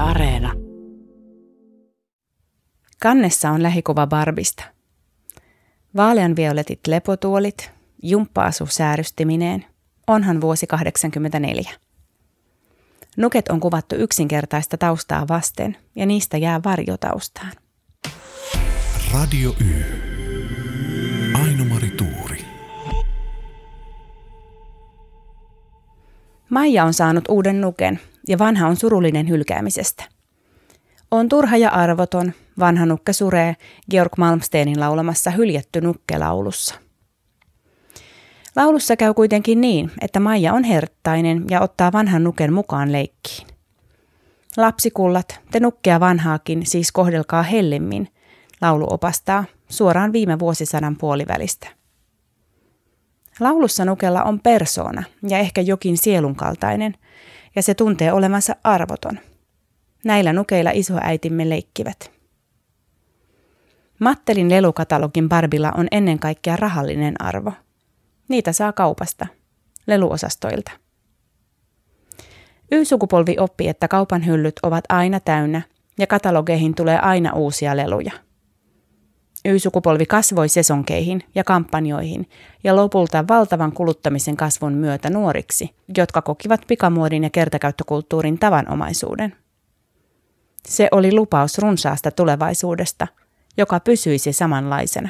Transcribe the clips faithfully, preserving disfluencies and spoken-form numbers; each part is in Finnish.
Areena. Kannessa on lähikuva Barbista. Vaaleanvioletit lepotuolit, jumppa-asu säärystyimineen, onhan vuosi kahdeksankymmentäneljä. Nuket on kuvattu yksinkertaista taustaa vasten ja niistä jää varjo taustaan. Radio Y. Aino-Mari Tuuri. Maija on saanut uuden nuken ja vanha on surullinen hylkäämisestä. On turha ja arvoton, vanha nukke suree Georg Malmstenin laulamassa Hyljätty nukke-laulussa. Laulussa käy kuitenkin niin, että Maija on herttainen ja ottaa vanhan nuken mukaan leikkiin. Lapsikullat, te nukkea vanhaakin siis kohdelkaa hellimmin, laulu opastaa suoraan viime vuosisadan puolivälistä. Laulussa nukella on persoona ja ehkä jokin sielunkaltainen, ja se tuntee olevansa arvoton. Näillä nukeilla isoäitimme leikkivät. Mattelin lelukatalogin Barbilla on ennen kaikkea rahallinen arvo. Niitä saa kaupasta, leluosastoilta. Y-sukupolvi oppi, että kaupan hyllyt ovat aina täynnä ja katalogeihin tulee aina uusia leluja. Y-sukupolvi kasvoi sesonkeihin ja kampanjoihin ja lopulta valtavan kuluttamisen kasvun myötä nuoriksi, jotka kokivat pikamuodin ja kertakäyttökulttuurin tavanomaisuuden. Se oli lupaus runsaasta tulevaisuudesta, joka pysyisi samanlaisena.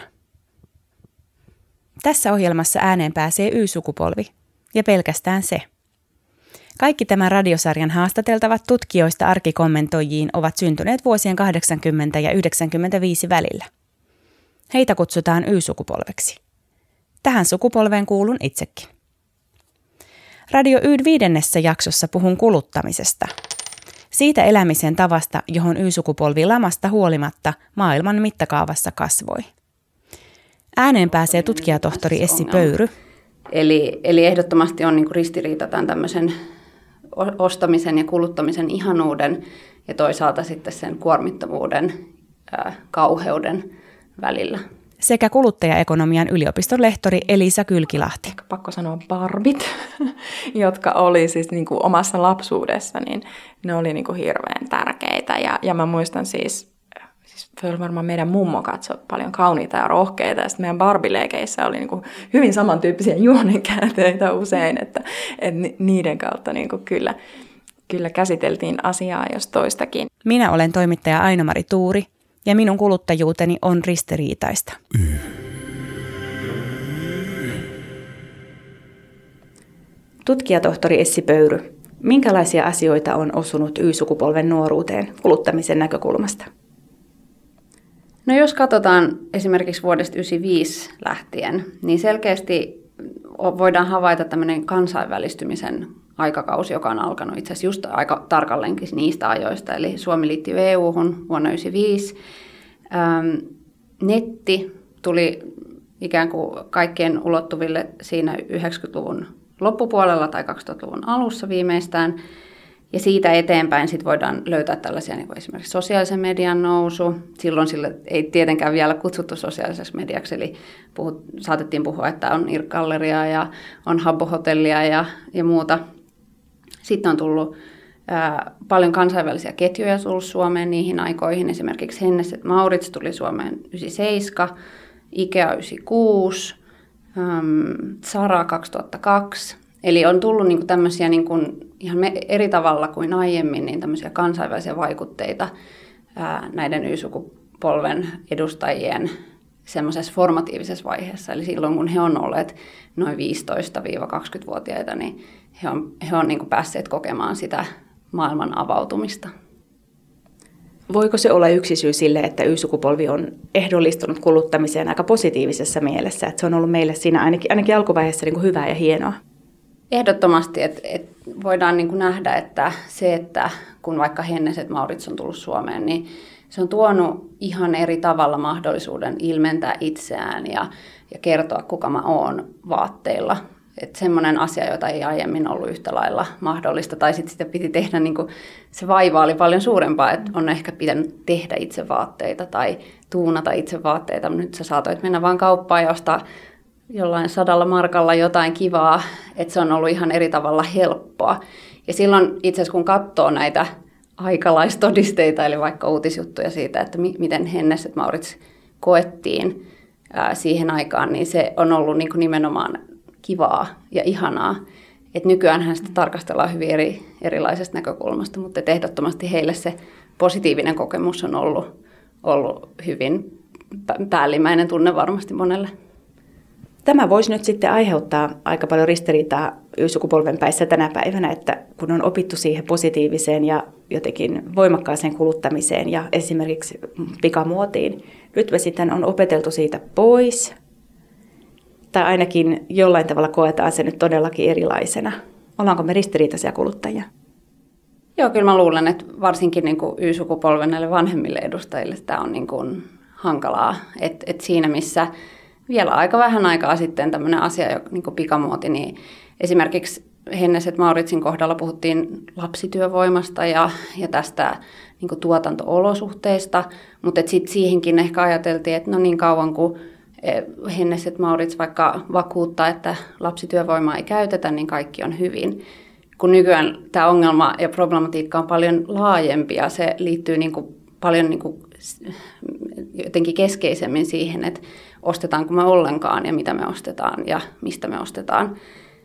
Tässä ohjelmassa ääneen pääsee Y-sukupolvi, ja pelkästään se. Kaikki tämän radiosarjan haastateltavat tutkijoista arkikommentoijiin ovat syntyneet vuosien kahdeksankymmentä ja yhdeksänkymmentäviisi välillä. Heitä kutsutaan Y-sukupolveksi. Tähän sukupolveen kuulun itsekin. Radio Y:n viidennessä jaksossa puhun kuluttamisesta. Siitä elämisen tavasta, johon Y-sukupolvi lamasta huolimatta maailman mittakaavassa kasvoi. Ääneen pääsee tutkijatohtori Essi Pöyry. Eli, eli ehdottomasti on niin kuin ristiriita tämän tämmöisen ostamisen ja kuluttamisen ihanuuden ja toisaalta sitten sen kuormittavuuden, ää, kauheuden välillä. Sekä kuluttajaekonomian yliopiston lehtori Elisa Kylkilahti. Pakko sanoa barbit, jotka oli siis niin kuin omassa lapsuudessa, niin ne oli niin kuin hirveän tärkeitä. Ja, ja mä muistan siis, siis varmaan meidän mummo katsoi paljon kauniita ja rohkeita. Ja sitten meidän barbileikeissä oli niin kuin hyvin samantyyppisiä juonenkäänteitä usein, että, että niiden kautta niin kuin kyllä, kyllä käsiteltiin asiaa jos toistakin. Minä olen toimittaja Aino-Mari Tuuri. Ja minun kuluttajuuteni on ristiriitaista. Y. Tutkijatohtori Essi Pöyry, minkälaisia asioita on osunut Y-sukupolven nuoruuteen kuluttamisen näkökulmasta? No jos katsotaan esimerkiksi vuodesta yhdeksänkymmentäviisi lähtien, niin selkeästi voidaan havaita tämmöinen kansainvälistymisen aikakausi, joka on alkanut itse asiassa just aika tarkalleenkin niistä ajoista. Eli Suomi liittyi E U:hun vuonna yhdeksänkymmentäviisi. Ähm, netti tuli ikään kuin kaikkien ulottuville siinä yhdeksänkymmentäluvun loppupuolella tai kaksituhattaluvun alussa viimeistään. Ja siitä eteenpäin sit voidaan löytää tällaisia niin kuin esimerkiksi sosiaalisen median nousu. Silloin sille ei tietenkään vielä kutsuttu sosiaaliseksi mediaksi, eli puhut, saatettiin puhua, että on I R C-galleriaa ja on Habbo-hotellia ja, ja muuta. Sitten on tullut ää, paljon kansainvälisiä ketjuja tullut Suomeen niihin aikoihin. Esimerkiksi Hennes & Mauritz tuli Suomeen yhdeksänkymmentäseitsemän, Ikea yhdeksänkymmentäkuusi, äm, Zara kaksituhattakaksi. Eli on tullut niin kuin tämmöisiä niin kuin ihan eri tavalla kuin aiemmin niin tämmöisiä kansainvälisiä vaikutteita ää, näiden Y-sukupolven edustajien semmoisessa formatiivisessa vaiheessa. Eli silloin, kun he on olleet noin viisitoista-kaksikymmentävuotiaita, niin he on, he on niin kuin päässeet kokemaan sitä maailman avautumista. Voiko se olla yksi syy sille, että Y-sukupolvi on ehdollistunut kuluttamiseen aika positiivisessa mielessä? Että se on ollut meille siinä ainakin, ainakin alkuvaiheessa niin kuin hyvää ja hienoa? Ehdottomasti, että et voidaan niin kuin nähdä, että se, että kun vaikka Hennes & Mauritz on tullut Suomeen, niin se on tuonut ihan eri tavalla mahdollisuuden ilmentää itseään ja, ja kertoa, kuka mä oon vaatteilla. Että semmoinen asia, jota ei aiemmin ollut yhtä lailla mahdollista, tai sitten sitä piti tehdä, niin kuin, se vaiva oli paljon suurempaa, että on ehkä pitänyt tehdä itse vaatteita tai tuunata itse vaatteita, mutta nyt sä saatoit mennä vaan kauppaan ja ostaa jollain sadalla markalla jotain kivaa, että se on ollut ihan eri tavalla helppoa. Ja silloin itse asiassa kun katsoo näitä aikalaistodisteita, eli vaikka uutisjuttuja siitä, että mi- miten Hennes et Mauritz koettiin ää, siihen aikaan, niin se on ollut niin kuin nimenomaan kivaa ja ihanaa. Et nykyäänhän sitä tarkastellaan hyvin eri, erilaisesta näkökulmasta, mutta ehdottomasti heille se positiivinen kokemus on ollut, ollut hyvin päällimmäinen tunne varmasti monelle. Tämä voisi nyt sitten aiheuttaa aika paljon ristiriitaa Y-sukupolven päissä tänä päivänä, että kun on opittu siihen positiiviseen ja jotenkin voimakkaaseen kuluttamiseen ja esimerkiksi pikamuotiin, nyt me sitten on opeteltu siitä pois, tai ainakin jollain tavalla koetaan se nyt todellakin erilaisena. Ollaanko me ristiriitaisia kuluttajia? Joo, kyllä mä luulen, että varsinkin niin kuin Y-sukupolven näille vanhemmille edustajille tämä on niin kuin hankalaa. Että et siinä, missä vielä aika vähän aikaa sitten tämmöinen asia, niin kuin pikamuoti, niin esimerkiksi Hennes et Mauritzin kohdalla puhuttiin lapsityövoimasta ja, ja tästä niin kuin tuotanto-olosuhteista, mutta sitten siihenkin ehkä ajateltiin, että no niin kauan kuin Hennes et Mauritz vaikka vakuuttaa, että lapsityövoimaa ei käytetä, niin kaikki on hyvin. Kun nykyään tämä ongelma ja problematiikka on paljon laajempi ja se liittyy niin kuin paljon niin kuin jotenkin keskeisemmin siihen, että ostetaanko me ollenkaan ja mitä me ostetaan ja mistä me ostetaan.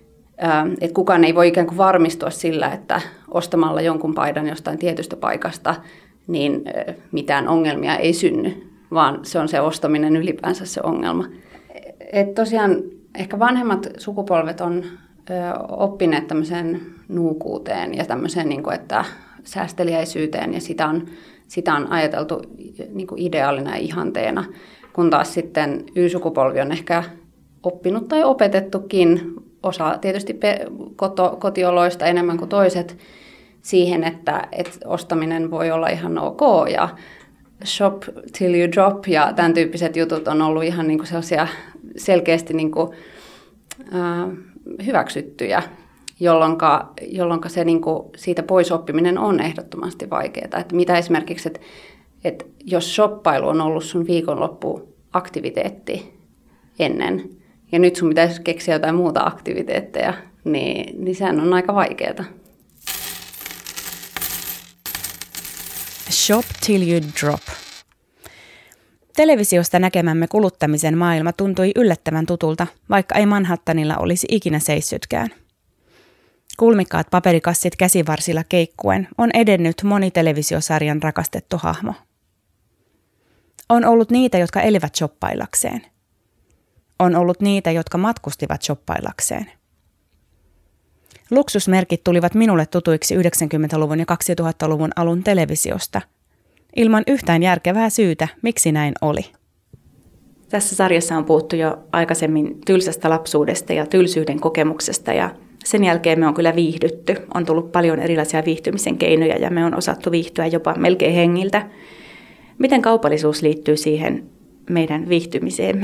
Että kukaan ei voi ikään kuin varmistua sillä, että ostamalla jonkun paidan jostain tietystä paikasta, niin mitään ongelmia ei synny, vaan se on se ostaminen ylipäänsä se ongelma. Et tosiaan ehkä vanhemmat sukupolvet on oppineet tämmöiseen nuukuuteen ja tämmöiseen, niin kuin, että säästeliäisyyteen, ja sitä on, sitä on ajateltu niin kuin ideaalina ja ihanteena, kun taas sitten Y-sukupolvi on ehkä oppinut tai opetettukin, osa tietysti koto, kotioloista enemmän kuin toiset, siihen, että, että ostaminen voi olla ihan ok, ja shop till you drop, ja tämän tyyppiset jutut on ollut ihan niin kuin sellaisia selkeästi niin kuin, äh, hyväksyttyjä, jolloinka, jolloinka se niin kuin siitä pois oppiminen on ehdottomasti vaikeaa. Että mitä esimerkiksi, että, että jos shoppailu on ollut sun viikonloppuaktiviteetti ennen, ja nyt sun pitäisi keksiä jotain muuta aktiviteetteja, niin, niin sehän on aika vaikeaa. Shop till you drop. Televisiosta näkemämme kuluttamisen maailma tuntui yllättävän tutulta, vaikka ei Manhattanilla olisi ikinä seissytkään. Kulmikkaat paperikassit käsivarsilla keikkuen on edennyt moni televisiosarjan rakastettu hahmo. On ollut niitä, jotka elivät shoppailakseen. On ollut niitä, jotka matkustivat shoppailakseen. Luksusmerkit tulivat minulle tutuiksi yhdeksänkymmentäluvun ja kaksituhattaluvun alun televisiosta, ilman yhtään järkevää syytä, miksi näin oli. Tässä sarjassa on puhuttu jo aikaisemmin tylsästä lapsuudesta ja tylsyyden kokemuksesta, ja sen jälkeen me on kyllä viihdytty. On tullut paljon erilaisia viihtymisen keinoja ja me on osattu viihtyä jopa melkein hengiltä. Miten kaupallisuus liittyy siihen meidän viihtymiseemme?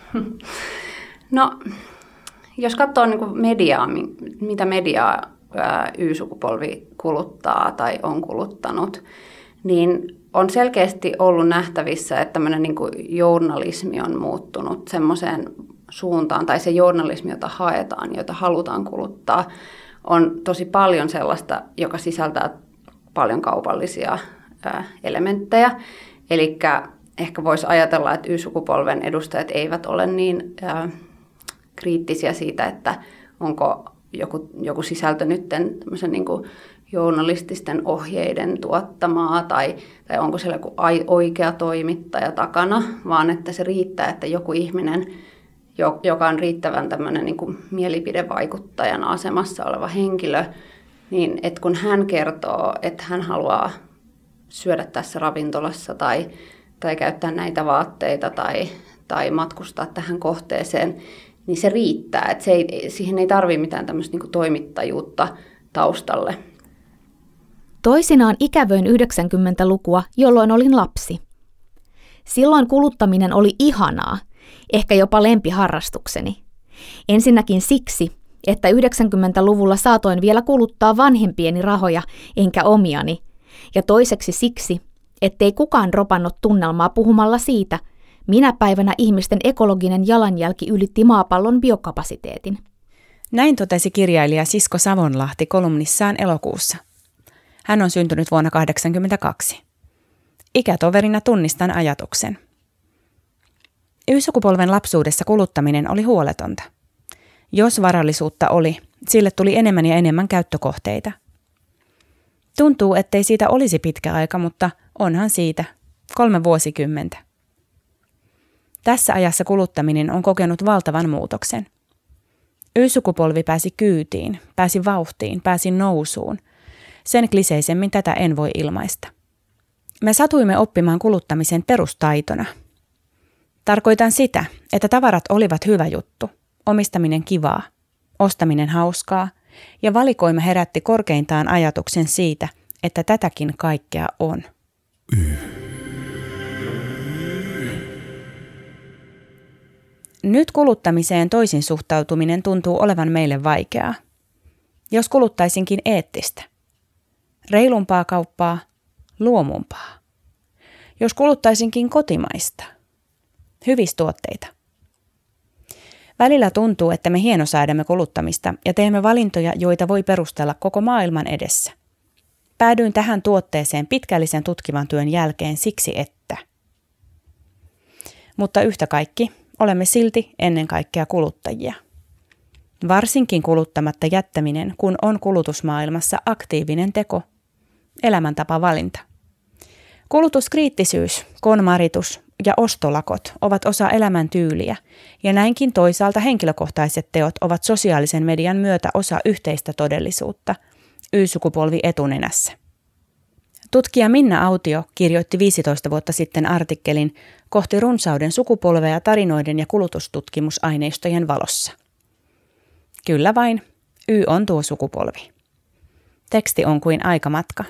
No, jos katsoo niin kuin mediaa, mitä mediaa Y-sukupolvi kuluttaa tai on kuluttanut, niin on selkeästi ollut nähtävissä, että tämmöinen niin kuin journalismi on muuttunut semmoiseen suuntaan, tai se journalismi, jota haetaan, jota halutaan kuluttaa, on tosi paljon sellaista, joka sisältää paljon kaupallisia elementtejä. Eli ehkä voisi ajatella, että Y-sukupolven edustajat eivät ole niin ää, kriittisiä siitä, että onko joku, joku sisältö nyt tämmöisen niin kuin journalististen ohjeiden tuottamaa tai, tai onko siellä joku oikea toimittaja takana, vaan että se riittää, että joku ihminen, joka on riittävän tämmöinen niin kuin mielipidevaikuttajan asemassa oleva henkilö, niin että kun hän kertoo, että hän haluaa syödä tässä ravintolassa tai, tai käyttää näitä vaatteita tai, tai matkustaa tähän kohteeseen, niin se riittää. Että se ei, siihen ei tarvitse mitään tämmöistä niin kuin toimittajuutta taustalle. Toisinaan ikävöin yhdeksänkymmentälukua, jolloin olin lapsi. Silloin kuluttaminen oli ihanaa, ehkä jopa lempiharrastukseni. Ensinnäkin siksi, että yhdeksänkymmentäluvulla saatoin vielä kuluttaa vanhempieni rahoja enkä omiani, ja toiseksi siksi, ettei kukaan dropannut tunnelmaa puhumalla siitä, minä päivänä ihmisten ekologinen jalanjälki ylitti maapallon biokapasiteetin. Näin totesi kirjailija Sisko Savonlahti kolumnissaan elokuussa. Hän on syntynyt vuonna kahdeksankymmentäkaksi. Ikätoverina tunnistan ajatuksen. Y-sukupolven lapsuudessa kuluttaminen oli huoletonta. Jos varallisuutta oli, sille tuli enemmän ja enemmän käyttökohteita. Tuntuu, ettei siitä olisi pitkä aika, mutta onhan siitä kolme vuosikymmentä. Tässä ajassa kuluttaminen on kokenut valtavan muutoksen. Y-sukupolvi pääsi kyytiin, pääsi vauhtiin, pääsi nousuun. Sen kliseisemmin tätä en voi ilmaista. Me satuimme oppimaan kuluttamisen perustaitona. Tarkoitan sitä, että tavarat olivat hyvä juttu, omistaminen kivaa, ostaminen hauskaa ja valikoima herätti korkeintaan ajatuksen siitä, että tätäkin kaikkea on. Y. Nyt kuluttamiseen toisin suhtautuminen tuntuu olevan meille vaikeaa. Jos kuluttaisinkin eettistä, reilumpaa kauppaa, luomumpaa. Jos kuluttaisinkin kotimaista, hyvistuotteita. Välillä tuntuu, että me hienosäädämme kuluttamista ja teemme valintoja, joita voi perustella koko maailman edessä. Päädyin tähän tuotteeseen pitkällisen tutkivan työn jälkeen siksi, että. Mutta yhtä kaikki olemme silti ennen kaikkea kuluttajia. Varsinkin kuluttamatta jättäminen, kun on kulutusmaailmassa aktiivinen teko, elämäntapavalinta. Kulutuskriittisyys, konmaritus ja ostolakot ovat osa elämäntyyliä, ja näinkin toisaalta henkilökohtaiset teot ovat sosiaalisen median myötä osa yhteistä todellisuutta, Y-sukupolvi etunenässä. Tutkija Minna Autio kirjoitti viisitoista vuotta sitten artikkelin Kohti runsauden sukupolvea tarinoiden ja kulutustutkimusaineistojen valossa. Kyllä vain, Y on tuo sukupolvi. Teksti on kuin aikamatka.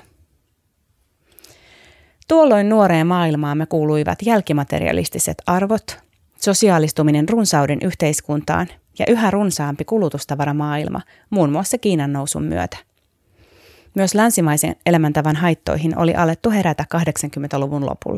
Tuolloin nuoreen maailmaamme kuuluivat jälkimaterialistiset arvot, sosiaalistuminen runsauden yhteiskuntaan ja yhä runsaampi kulutustavaramaailma, muun muassa Kiinan nousun myötä. Myös länsimaisen elämäntavan haittoihin oli alettu herätä kahdeksankymmentäluvun lopulla.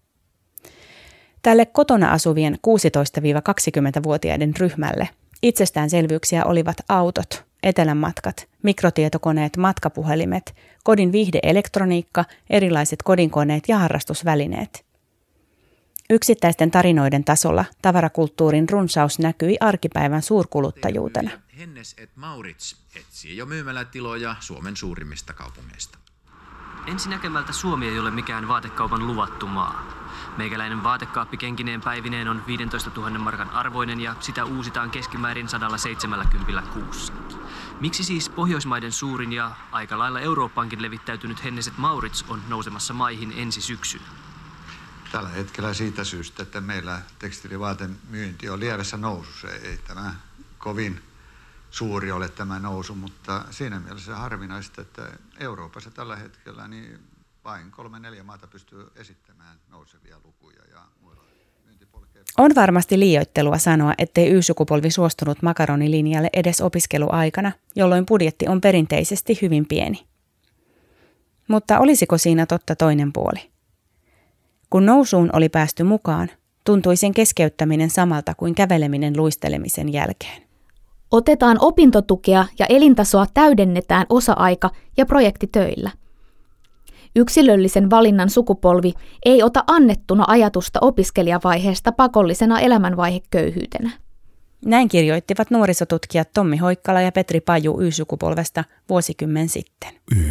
Tälle kotona asuvien kuusitoista–kaksikymmentävuotiaiden ryhmälle itsestäänselvyyksiä olivat autot, etelänmatkat, mikrotietokoneet, matkapuhelimet, kodin viihdeelektroniikka, erilaiset kodinkoneet ja harrastusvälineet. Yksittäisten tarinoiden tasolla tavarakulttuurin runsaus näkyi arkipäivän suurkuluttajuutena. Hennes et Maurits etsii jo myymälätiloja Suomen suurimmista kaupungeista. Ensinäkemältä Suomi ei ole mikään vaatekaupan luvattu maa. Meikäläinen vaatekaappi kenkineen päivineen on viisitoistatuhatta markan arvoinen ja sitä uusitaan keskimäärin sata seitsemänkymmentä kuussa. Miksi siis Pohjoismaiden suurin ja aika lailla Eurooppaankin levittäytynyt Hennes et Maurits on nousemassa maihin ensi syksynä? Tällä hetkellä siitä syystä, että meillä tekstiilivaaten myynti on lievässä nousussa. Ei tämä kovin suuri ole tämä nousu, mutta siinä mielessä harvinaista, että Euroopassa tällä hetkellä niin vain kolme neljä maata pystyy esittämään nousevia lukuja. Ja on varmasti liioittelua sanoa, ettei Y-sukupolvi suostunut makaronilinjalle edes opiskeluaikana, jolloin budjetti on perinteisesti hyvin pieni. Mutta olisiko siinä totta toinen puoli? Kun nousuun oli päästy mukaan, tuntui sen keskeyttäminen samalta kuin käveleminen luistelemisen jälkeen. Otetaan opintotukea ja elintasoa täydennetään osa-aika- ja projektitöillä. Yksilöllisen valinnan sukupolvi ei ota annettuna ajatusta opiskelijavaiheesta pakollisena elämänvaiheköyhyytenä. Näin kirjoittivat nuorisotutkijat Tommi Hoikkala ja Petri Paju Y-sukupolvesta vuosikymmen sitten. Y.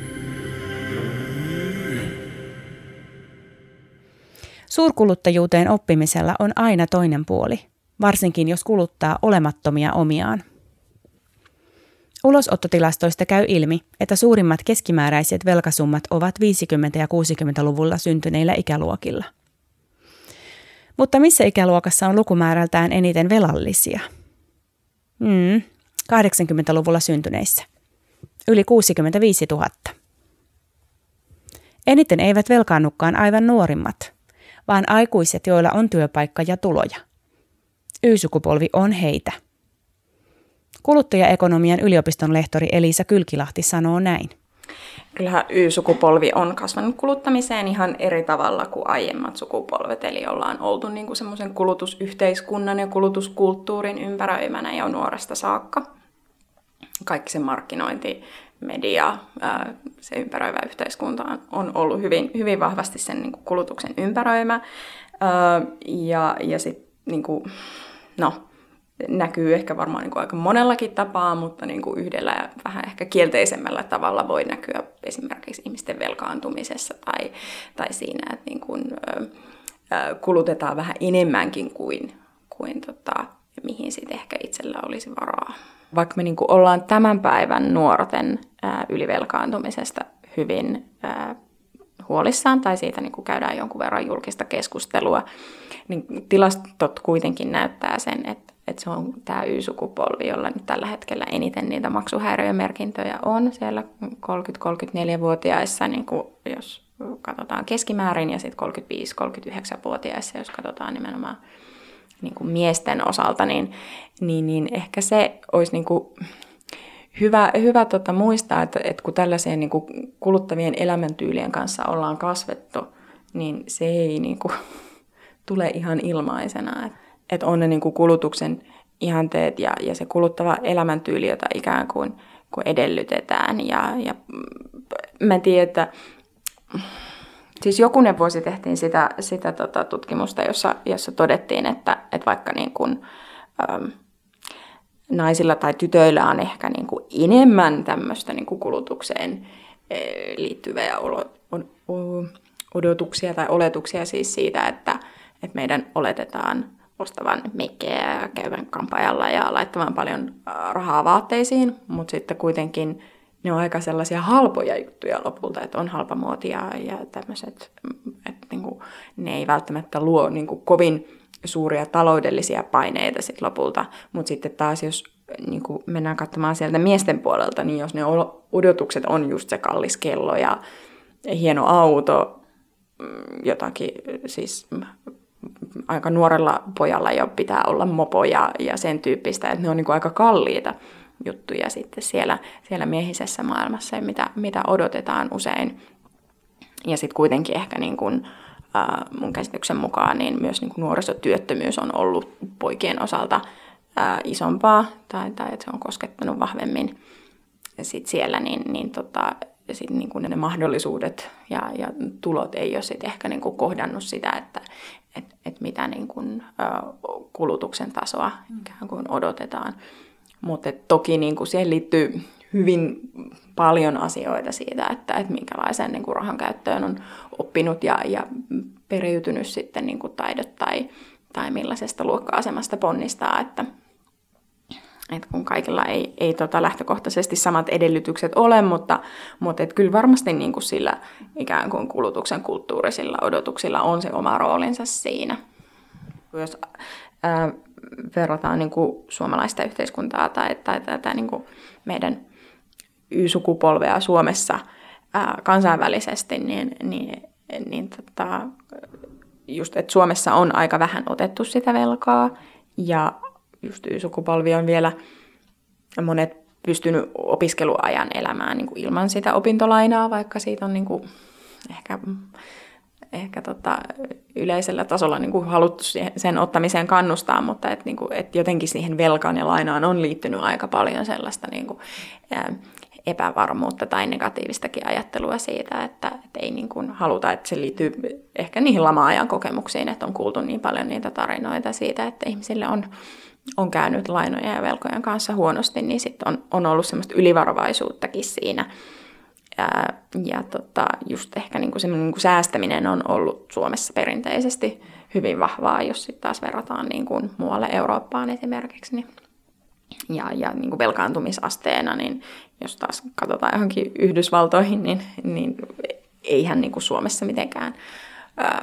Suurkuluttajuuteen oppimisella on aina toinen puoli, varsinkin jos kuluttaa olemattomia omiaan. Ulosottotilastoista käy ilmi, että suurimmat keskimääräiset velkasummat ovat viisikymmentä- ja kuusikymmentäluvulla syntyneillä ikäluokilla. Mutta missä ikäluokassa on lukumäärältään eniten velallisia? Hmm, kahdeksankymmentäluvulla syntyneissä. Yli kuusikymmentäviisituhatta. Eniten eivät velkaannukkaan aivan nuorimmat, vaan aikuiset, joilla on työpaikka ja tuloja. Y-sukupolvi on heitä. Kuluttajaekonomian yliopiston lehtori Elisa Kylkilahti sanoo näin. Kyllähän Y-sukupolvi on kasvanut kuluttamiseen ihan eri tavalla kuin aiemmat sukupolvet, eli ollaan oltu niin kuin semmoisen kulutusyhteiskunnan ja kulutuskulttuurin ympäröimänä jo nuoresta saakka. Kaikki se markkinointi media, se ympäröivä yhteiskunta on ollut hyvin, hyvin vahvasti sen niin kuin kulutuksen ympäröimä. Ja, ja sitten niin kuin, no, näkyy ehkä varmaan niin kuin aika monellakin tapaa, mutta niin kuin yhdellä ja vähän ehkä kielteisemmällä tavalla voi näkyä esimerkiksi ihmisten velkaantumisessa tai, tai siinä, että niin kuin, kulutetaan vähän enemmänkin kuin, kuin tota, mihin sitten ehkä itsellä olisi varaa. Vaikka me niin kuin ollaan tämän päivän nuorten ää, ylivelkaantumisesta hyvin ää, huolissaan tai siitä niin kuin käydään jonkun verran julkista keskustelua, niin tilastot kuitenkin näyttää sen, että, että se on tämä Y-sukupolvi, jolla nyt tällä hetkellä eniten niitä maksuhäiriömerkintöjä on siellä kolmekymmentä-kolmekymmentäneljä-vuotiaissa, niin kuin jos katsotaan keskimäärin, ja sitten kolmekymmentäviisi-kolmekymmentäyhdeksän-vuotiaissa, jos katsotaan nimenomaan niin kuin miesten osalta, niin, niin, niin ehkä se olisi niin kuin hyvä, hyvä tota muistaa, että, että kun tällaiseen niin kuin kuluttavien elämäntyylien kanssa ollaan kasvettu, niin se ei niin kuin tule ihan ilmaisena. Että, että on ne niin kuin kulutuksen ihanteet ja, ja se kuluttava elämäntyyli, jota ikään kuin kun edellytetään. Ja, ja mä en tiedä, että siis jokunen vuosi tehtiin sitä, sitä tota tutkimusta, jossa, jossa todettiin, että, että vaikka niin kuin, ähm, naisilla tai tytöillä on ehkä niin kuin enemmän tämmöistä niin kuin kulutukseen liittyviä odotuksia tai oletuksia siis siitä, että, että meidän oletetaan ostavan meikkejä ja käyvän kampaajalla ja laittavan paljon rahaa vaatteisiin, mutta sitten kuitenkin ne on aika sellaisia halpoja juttuja lopulta, että on halpamuotia ja tämmöiset, että niinku, ne ei välttämättä luo niinku kovin suuria taloudellisia paineita sit lopulta, mutta sitten taas jos niinku mennään katsomaan sieltä miesten puolelta, niin jos ne odotukset on just se kallis kello ja hieno auto, jotakin siis aika nuorella pojalla jo pitää olla mopo ja, ja sen tyyppistä, että ne on niinku aika kalliita juttuja sitten siellä, siellä miehisessä maailmassa, mitä, mitä odotetaan usein. Ja sitten kuitenkin ehkä niin kuin, äh, mun käsityksen mukaan niin myös niin kuin nuorisotyöttömyys on ollut poikien osalta äh, isompaa, tai, tai että se on koskettanut vahvemmin sit siellä, niin, niin, tota, sit niin kuin ne mahdollisuudet ja, ja tulot ei ole sit ehkä niin kuin kohdannut sitä, että et, et mitä niin kuin, äh, kulutuksen tasoa ikään kuin odotetaan. Mutta toki niin kuin siihen liittyy hyvin paljon asioita siitä, että, että minkälaisen niin kuin rahan käyttöön on oppinut ja, ja periytynyt sitten niin kuin taidot tai, tai millaisesta luokka-asemasta ponnistaa. Että, että kun kaikilla ei, ei tota lähtökohtaisesti samat edellytykset ole, mutta, mutta et kyllä varmasti niin kuin sillä ikään kuin kulutuksen kulttuurisilla odotuksilla on se oma roolinsa siinä. Jos ää, verrataan niin kuin suomalaista yhteiskuntaa tai, tai tätä niin kuin meidän Y-sukupolvea Suomessa ää, kansainvälisesti, niin, niin, niin tota, just, että Suomessa on aika vähän otettu sitä velkaa ja just Y-sukupolvi on vielä monet pystynyt opiskeluajan elämään niin kuin ilman sitä opintolainaa, vaikka siitä on niin kuin ehkä ehkä tota, yleisellä tasolla niin kuin haluttu sen ottamiseen kannustaa, mutta et, niin kuin, et jotenkin siihen velkaan ja lainaan on liittynyt aika paljon sellaista niin kuin, ää, epävarmuutta tai negatiivistakin ajattelua siitä, että, että ei niin kuin haluta, että se liittyy ehkä niihin lama-ajan kokemuksiin, että on kuultu niin paljon niitä tarinoita siitä, että ihmisille on, on käynyt lainojen ja velkojen kanssa huonosti, niin sitten on, on ollut semmoista ylivarovaisuuttakin siinä. Ja, ja tota, just ehkä niinku semmoinen niinku säästäminen on ollut Suomessa perinteisesti hyvin vahvaa, jos sitten taas verrataan niinku muualle Eurooppaan esimerkiksi. Niin, ja ja niinku velkaantumisasteena, niin jos taas katsotaan johonkin Yhdysvaltoihin, niin, niin eihän niinku Suomessa mitenkään ää,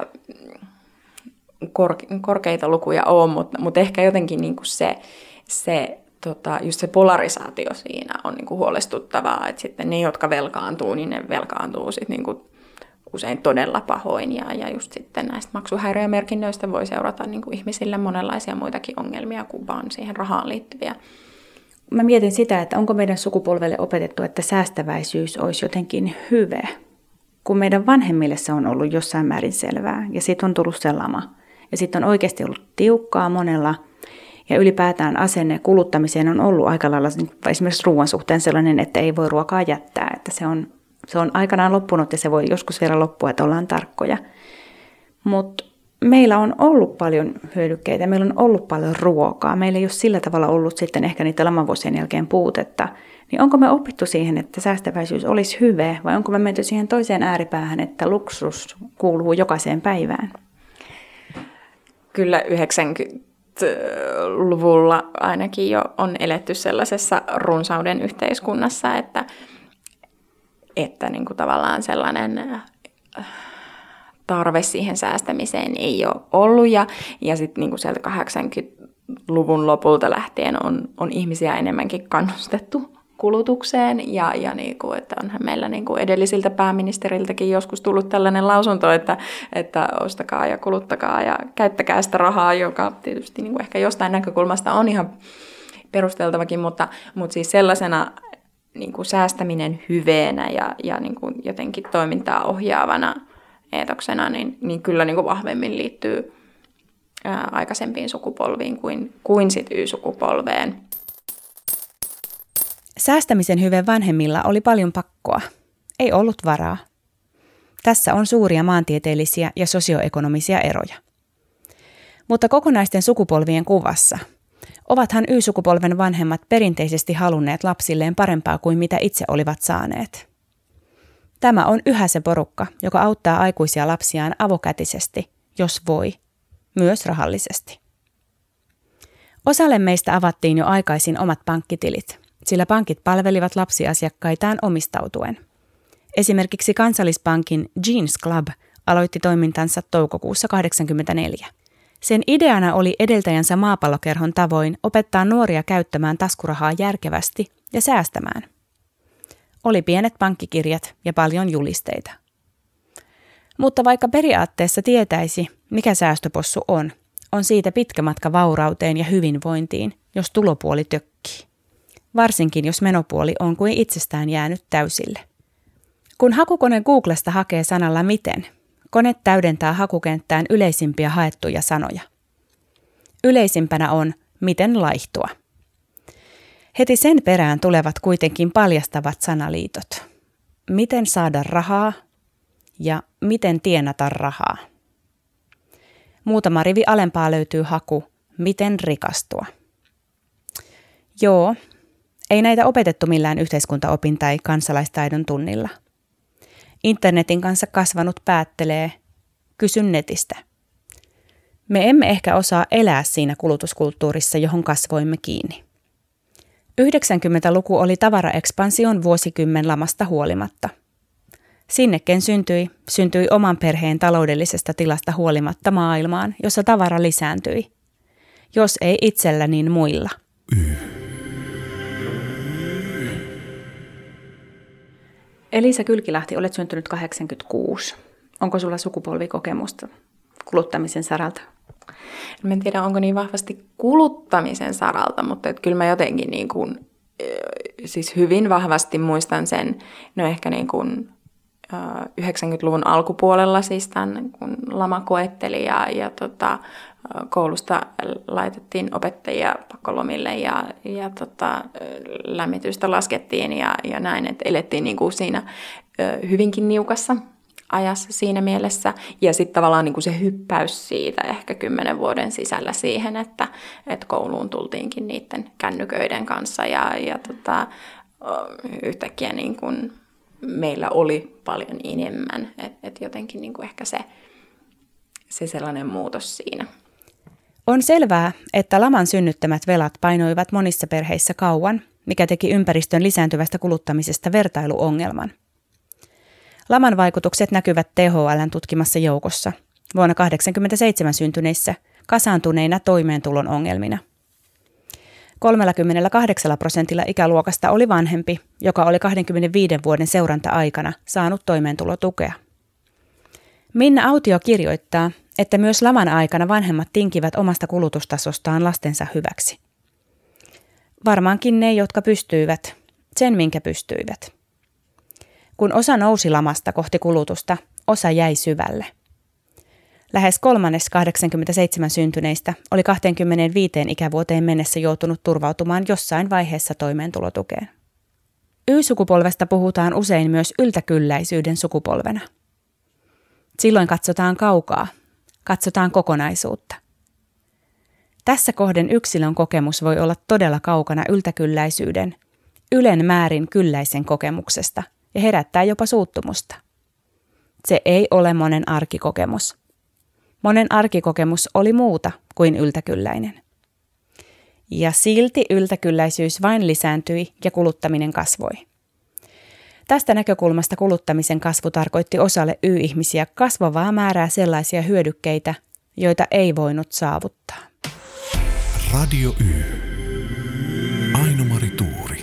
korke, korkeita lukuja ole, mutta, mutta ehkä jotenkin niinku se... se Tota, just se polarisaatio siinä on niinku huolestuttavaa, että sitten ne, jotka velkaantuu, niin ne velkaantuu sit niinku usein todella pahoin. Ja, ja just sitten näistä maksuhäiriömerkinnöistä voi seurata niinku ihmisille monenlaisia muitakin ongelmia kuin vaan siihen rahaan liittyviä. Mä mietin sitä, että onko meidän sukupolvelle opetettu, että säästäväisyys olisi jotenkin hyvä, kun meidän vanhemmille se on ollut jossain määrin selvää ja sitten on tullut se lama. Ja sitten on oikeasti ollut tiukkaa monella. Ja ylipäätään asenne kuluttamiseen on ollut aika lailla esimerkiksi ruoan suhteen sellainen, että ei voi ruokaa jättää. Että se on, se on aikanaan loppunut ja se voi joskus vielä loppua, että ollaan tarkkoja. Mutta meillä on ollut paljon hyödykkeitä, meillä on ollut paljon ruokaa. Meillä ei ole sillä tavalla ollut sitten ehkä niitä lamavuosien jälkeen puutetta. Niin onko me opittu siihen, että säästäväisyys olisi hyvä, vai onko me menty siihen toiseen ääripäähän, että luksus kuuluu jokaiseen päivään? Kyllä yhdeksänkymmentäluvulla ainakin jo on eletty sellaisessa runsauden yhteiskunnassa, että, että niin kuin tavallaan sellainen tarve siihen säästämiseen ei ole ollut. Ja, ja sitten niin kuin sieltä kahdeksankymmentäluvun lopulta lähtien on, on ihmisiä enemmänkin kannustettu kulutukseen. Ja, ja niin kuin, että onhan meillä niin kuin edellisiltä pääministeriltäkin joskus tullut tällainen lausunto, että, että ostakaa ja kuluttakaa ja käyttäkää sitä rahaa, joka tietysti niin kuin ehkä jostain näkökulmasta on ihan perusteltavakin, mutta, mutta siis sellaisena niin kuin säästäminen hyveenä ja, ja niin kuin jotenkin toimintaa ohjaavana eetoksena, niin, niin kyllä niin kuin vahvemmin liittyy ää, aikaisempiin sukupolviin kuin, kuin sit Y-sukupolveen. Säästämisen hyve vanhemmilla oli paljon pakkoa. Ei ollut varaa. Tässä on suuria maantieteellisiä ja sosioekonomisia eroja. Mutta kokonaisten sukupolvien kuvassa ovathan Y-sukupolven vanhemmat perinteisesti halunneet lapsilleen parempaa kuin mitä itse olivat saaneet. Tämä on yhä se porukka, joka auttaa aikuisia lapsiaan avokätisesti, jos voi, myös rahallisesti. Osalle meistä avattiin jo aikaisin omat pankkitilit, sillä pankit palvelivat lapsiasiakkaitaan omistautuen. Esimerkiksi Kansallispankin Jeans Club aloitti toimintansa toukokuussa kahdeksankymmentäneljä. Sen ideana oli edeltäjänsä maapallokerhon tavoin opettaa nuoria käyttämään taskurahaa järkevästi ja säästämään. Oli pienet pankkikirjat ja paljon julisteita. Mutta vaikka periaatteessa tietäisi, mikä säästöpossu on, on siitä pitkä matka vaurauteen ja hyvinvointiin, jos tulopuoli tökkii. Varsinkin jos menopuoli on kuin itsestään jäänyt täysille. Kun hakukone Googlesta hakee sanalla miten, kone täydentää hakukenttään yleisimpiä haettuja sanoja. Yleisimpänä on miten laihtua. Heti sen perään tulevat kuitenkin paljastavat sanaliitot. Miten saada rahaa ja miten tienata rahaa. Muutama rivi alempaa löytyy haku miten rikastua. Joo, ei näitä opetettu millään yhteiskuntaopin tai kansalaistaidon tunnilla. Internetin kanssa kasvanut päättelee, kysy netistä. Me emme ehkä osaa elää siinä kulutuskulttuurissa, johon kasvoimme kiinni. yhdeksänkymmentäluku oli tavaraekspansion vuosikymmen lamasta huolimatta. Sinnekin syntyi, syntyi oman perheen taloudellisesta tilasta huolimatta maailmaan, jossa tavara lisääntyi. Jos ei itsellä, niin muilla. Elisa Kylkilahti, olet syntynyt kahdeksankymmentäkuusi. Onko sulla sukupolvikokemusta kuluttamisen saralta? Mä en tiedä, onko niin vahvasti kuluttamisen saralta, mutta että kyllä mä jotenkin niin kuin, siis hyvin vahvasti muistan sen, no ehkä niin kuin yhdeksänkymmentäluvun alkupuolella siis tämän, kun lama koetteli ja, ja tota, koulusta laitettiin opettajia pakkolomille ja, ja tota, lämmitystä laskettiin ja, ja näin, että elettiin niin kuin siinä hyvinkin niukassa ajassa siinä mielessä. Ja sitten tavallaan niin kuin se hyppäys siitä ehkä kymmenen vuoden sisällä siihen, että, että kouluun tultiinkin niiden kännyköiden kanssa ja, ja tota, yhtäkkiä niin kuin meillä oli paljon enemmän. Että et jotenkin niin kuin ehkä se, se sellainen muutos siinä. On selvää, että laman synnyttämät velat painoivat monissa perheissä kauan, mikä teki ympäristön lisääntyvästä kuluttamisesta vertailuongelman. Laman vaikutukset näkyvät T H L:n tutkimassa joukossa, vuonna tuhatyhdeksänsataakahdeksankymmentäseitsemän syntyneissä, kasaantuneina toimeentulon ongelmina. kolmekymmentäkahdeksan prosentilla ikäluokasta oli vanhempi, joka oli kaksikymmentäviiden vuoden seuranta-aikana saanut toimeentulotukea. Minna Autio kirjoittaa, että myös laman aikana vanhemmat tinkivät omasta kulutustasostaan lastensa hyväksi. Varmaankin ne, jotka pystyivät, sen minkä pystyivät. Kun osa nousi lamasta kohti kulutusta, osa jäi syvälle. Lähes kolmannes kahdeksankymmentäseitsemän syntyneistä oli kaksikymmentäviisi ikävuoteen mennessä joutunut turvautumaan jossain vaiheessa toimeentulotukeen. Y-sukupolvesta puhutaan usein myös yltäkylläisyyden sukupolvena. Silloin katsotaan kaukaa, katsotaan kokonaisuutta. Tässä kohden yksilön kokemus voi olla todella kaukana yltäkylläisyyden, ylen määrin kylläisen kokemuksesta ja herättää jopa suuttumusta. Se ei ole monen arkikokemus. Monen arkikokemus oli muuta kuin yltäkylläinen. Ja silti yltäkylläisyys vain lisääntyi ja kuluttaminen kasvoi. Tästä näkökulmasta kuluttamisen kasvu tarkoitti osalle Y-ihmisiä kasvavaa määrää sellaisia hyödykkeitä, joita ei voinut saavuttaa. Radio Y. Aino-Mari Tuuri.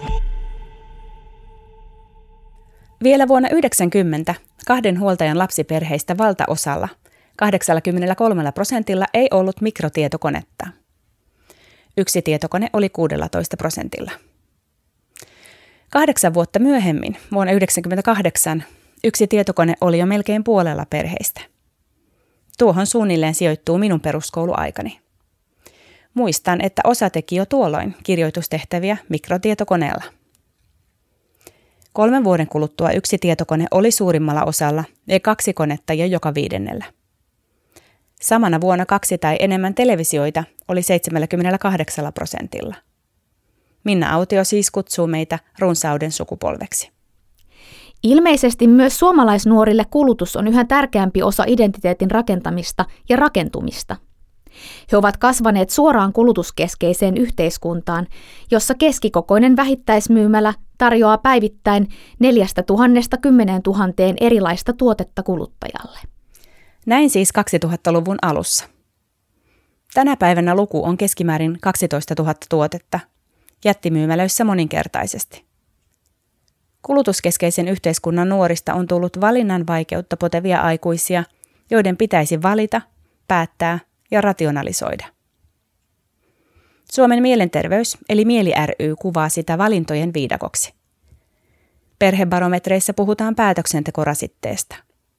Vielä vuonna yhdeksänkymmentä kahden huoltajan lapsiperheistä valtaosalla, kahdeksankymmentäkolme prosentilla, ei ollut mikrotietokonetta. Yksi tietokone oli kuusitoista prosentilla. Kahdeksan vuotta myöhemmin, vuonna yhdeksänkymmentäkahdeksan, yksi tietokone oli jo melkein puolella perheistä. Tuohon suunnilleen sijoittuu minun peruskouluaikani. Muistan, että osa teki jo tuolloin kirjoitustehtäviä mikrotietokoneella. Kolmen vuoden kuluttua yksi tietokone oli suurimmalla osalla ja kaksi konetta jo joka viidennellä. Samana vuonna kaksi tai enemmän televisioita oli seitsemänkymmentäkahdeksan prosentilla. Minna Autio siis kutsuu meitä runsauden sukupolveksi. Ilmeisesti myös suomalaisnuorille kulutus on yhä tärkeämpi osa identiteetin rakentamista ja rakentumista. He ovat kasvaneet suoraan kulutuskeskeiseen yhteiskuntaan, jossa keskikokoinen vähittäismyymälä tarjoaa päivittäin neljästä tuhannesta kymmeneen tuhanteen erilaista tuotetta kuluttajalle. Näin siis kaksituhattaluvun alussa. Tänä päivänä luku on keskimäärin kaksitoistatuhatta tuotetta, jättimyymälöissä moninkertaisesti. Kulutuskeskeisen yhteiskunnan nuorista on tullut valinnan vaikeutta potevia aikuisia, joiden pitäisi valita, päättää ja rationalisoida. Suomen mielenterveys eli Mieli ry kuvaa sitä valintojen viidakoksi. Perhebarometreissä puhutaan päätöksentekorasitteesta.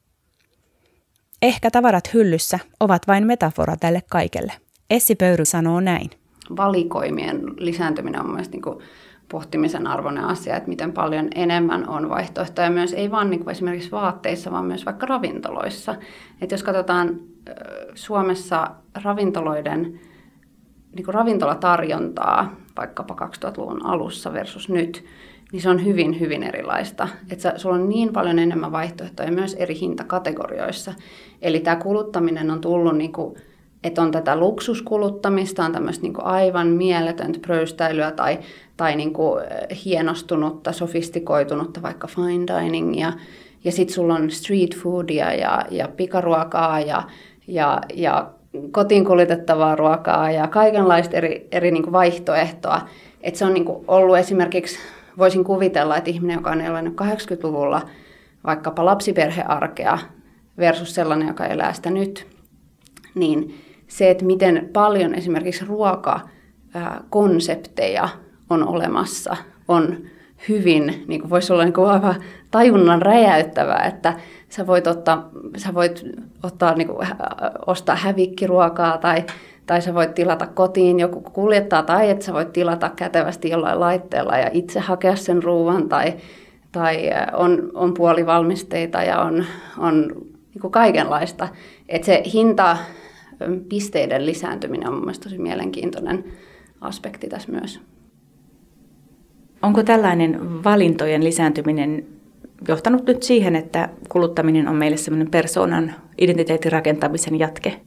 Ehkä tavarat hyllyssä ovat vain metafora tälle kaikelle. Essi Pöyry sanoo näin. Valikoimien lisääntyminen on myös niin kuin pohtimisen arvoinen asia, että miten paljon enemmän on vaihtoehtoja myös, ei vain niin kuin esimerkiksi vaatteissa, vaan myös vaikka ravintoloissa. Että jos katsotaan Suomessa ravintoloiden niin kuin ravintolatarjontaa vaikkapa kaksituhattaluvun alussa versus nyt, niin se on hyvin, hyvin erilaista. Että sulla on niin paljon enemmän vaihtoehtoja myös eri hintakategorioissa. Eli tämä kuluttaminen on tullut, niin kuin, että on tätä luksuskuluttamista, on tämmöistä niin kuin aivan mieletöntä pröystäilyä tai, tai niin kuin hienostunutta, sofistikoitunutta, vaikka fine diningia. Ja sitten sulla on street foodia ja, ja pikaruokaa ja, ja, ja kotiin kuljetettavaa ruokaa ja kaikenlaista eri, eri niin kuin vaihtoehtoa. Että se on niin kuin ollut esimerkiksi, voisin kuvitella, että ihminen, joka on elänyt kahdeksankymmentäluvulla vaikkapa lapsiperhearkea versus sellainen, joka elää sitä nyt, niin se, että miten paljon esimerkiksi ruokakonsepteja on olemassa, on hyvin, niin kuin voisi olla niin kuin aivan tajunnan räjäyttävää, että sä voit ottaa, sä voit ottaa niin kuin, ostaa hävikkiruokaa tai, tai sä voit tilata kotiin joku kuljettaa tai että sä voit tilata kätevästi jollain laitteella ja itse hakea sen ruuan tai, tai on, on puolivalmisteita ja on, on niin kuin kaikenlaista. Että se hintapisteiden lisääntyminen on mun mielestä tosi mielenkiintoinen aspekti tässä myös. Onko tällainen valintojen lisääntyminen johtanut nyt siihen, että kuluttaminen on meille sellainen persoonan identiteetin rakentamisen jatke?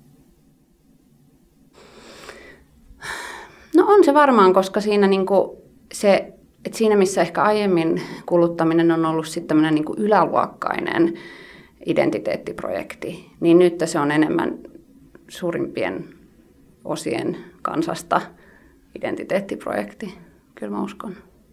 No on se varmaan, koska siinä, niinku se, että siinä missä ehkä aiemmin kuluttaminen on ollut sitten tämmöinen niinku yläluokkainen identiteettiprojekti, niin nyt se on enemmän suurimpien osien kansasta identiteettiprojekti, kyllä mä uskon.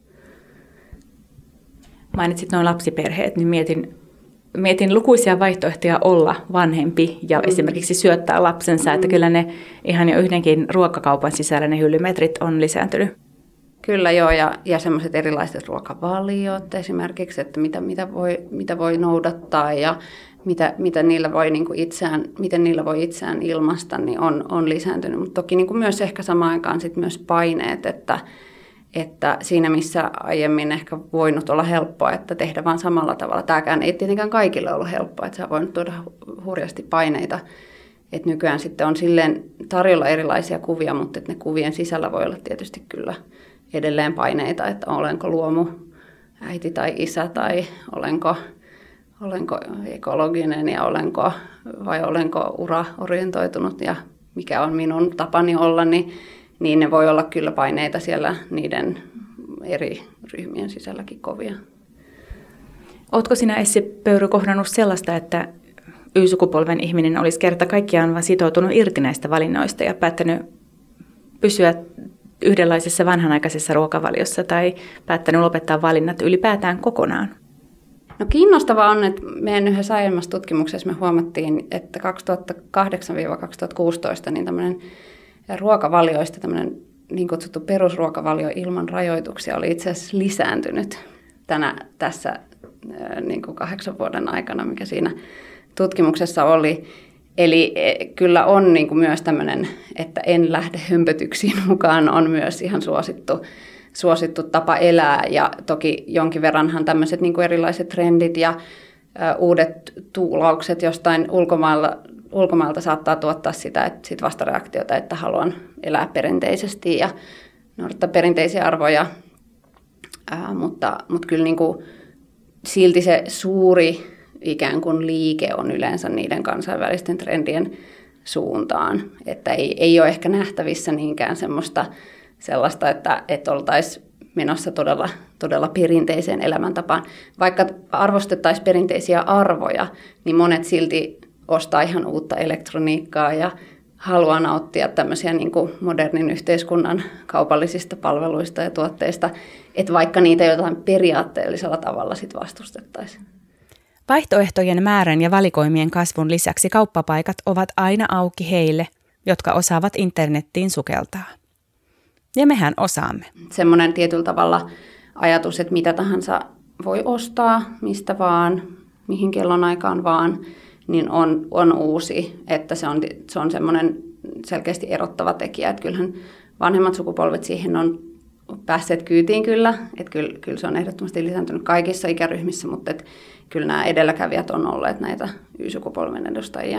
Mainitsit nuo lapsiperheet, niin mietin, mietin lukuisia vaihtoehtoja olla vanhempi ja mm. esimerkiksi syöttää lapsensa, mm. että kyllä ne ihan jo yhdenkin ruokakaupan sisällä ne hyllymetrit on lisääntynyt. Kyllä joo, ja, ja semmoiset erilaiset ruokavaliot esimerkiksi, että mitä, mitä, voi, mitä voi noudattaa ja mitä, mitä niillä voi niin kuin itseään, miten niillä voi itseään ilmaista, niin on, on lisääntynyt. Mutta toki niin kuin myös ehkä samaan aikaan sit myös paineet, että, että siinä missä aiemmin ehkä voinut olla helppoa, että tehdä vaan samalla tavalla. Tämäkään ei tietenkään kaikille ollut helppoa, että se on voinut tuoda hurjasti paineita. Että nykyään sitten on silleen tarjolla erilaisia kuvia, mutta että ne kuvien sisällä voi olla tietysti kyllä edelleen paineita, että olenko luomu äiti tai isä tai olenko, olenko ekologinen ja olenko, vai olenko uraorientoitunut ja mikä on minun tapani olla, niin, niin ne voi olla kyllä paineita siellä niiden eri ryhmien sisälläkin kovia. Ootko sinä, Essi Pöyry, kohdannut sellaista, että Y-sukupolven ihminen olisi kerta kaikkiaan vaan sitoutunut irti näistä valinnoista ja päättänyt pysyä yhdenlaisessa vanhanaikaisessa ruokavaliossa tai päättänyt lopettaa valinnat ylipäätään kokonaan? No kiinnostavaa on, että meidän yhdessä aiemmassa tutkimuksessa me huomattiin, että kaksituhattakahdeksan kaksituhattakuusitoista niin tämmöinen ruokavalioista tämmöinen niin kutsuttu perusruokavalio ilman rajoituksia oli itse asiassa lisääntynyt tänä, tässä niin kuin kahdeksan vuoden aikana, mikä siinä tutkimuksessa oli. Eli kyllä on niin kuin myös tämmöinen, että en lähde hömpötyksiin mukaan, on myös ihan suosittu, suosittu tapa elää. Ja toki jonkin verranhan tämmöiset niin kuin erilaiset trendit ja ä, uudet tuulaukset jostain ulkomailla, ulkomailta saattaa tuottaa sitä, että sit vastareaktiota, että haluan elää perinteisesti ja noudattaa perinteisiä arvoja. Ä, mutta, mutta kyllä niin kuin silti se suuri ikään kuin liike on yleensä niiden kansainvälisten trendien suuntaan. Että ei, ei ole ehkä nähtävissä niinkään semmoista, sellaista, että, että oltaisiin menossa todella, todella perinteiseen elämäntapaan. Vaikka arvostettaisiin perinteisiä arvoja, niin monet silti ostaa ihan uutta elektroniikkaa ja haluaa nauttia tämmöisiä niin kuin modernin yhteiskunnan kaupallisista palveluista ja tuotteista, että vaikka niitä jotain periaatteellisella tavalla sit vastustettaisiin. Vaihtoehtojen määrän ja valikoimien kasvun lisäksi kauppapaikat ovat aina auki heille, jotka osaavat internettiin sukeltaa. Ja mehän osaamme. Semmoinen tietyllä tavalla ajatus, että mitä tahansa voi ostaa, mistä vaan, mihin kellonaikaan vaan, niin on, on uusi. Että se on, se on semmoinen selkeästi erottava tekijä. Että kyllähän vanhemmat sukupolvet siihen on päässeet kyytiin kyllä. Että kyllä, kyllä se on ehdottomasti lisääntynyt kaikissa ikäryhmissä, mutta että kyllä nämä edelläkävijät on olleet näitä Y-sukupolven edustajia.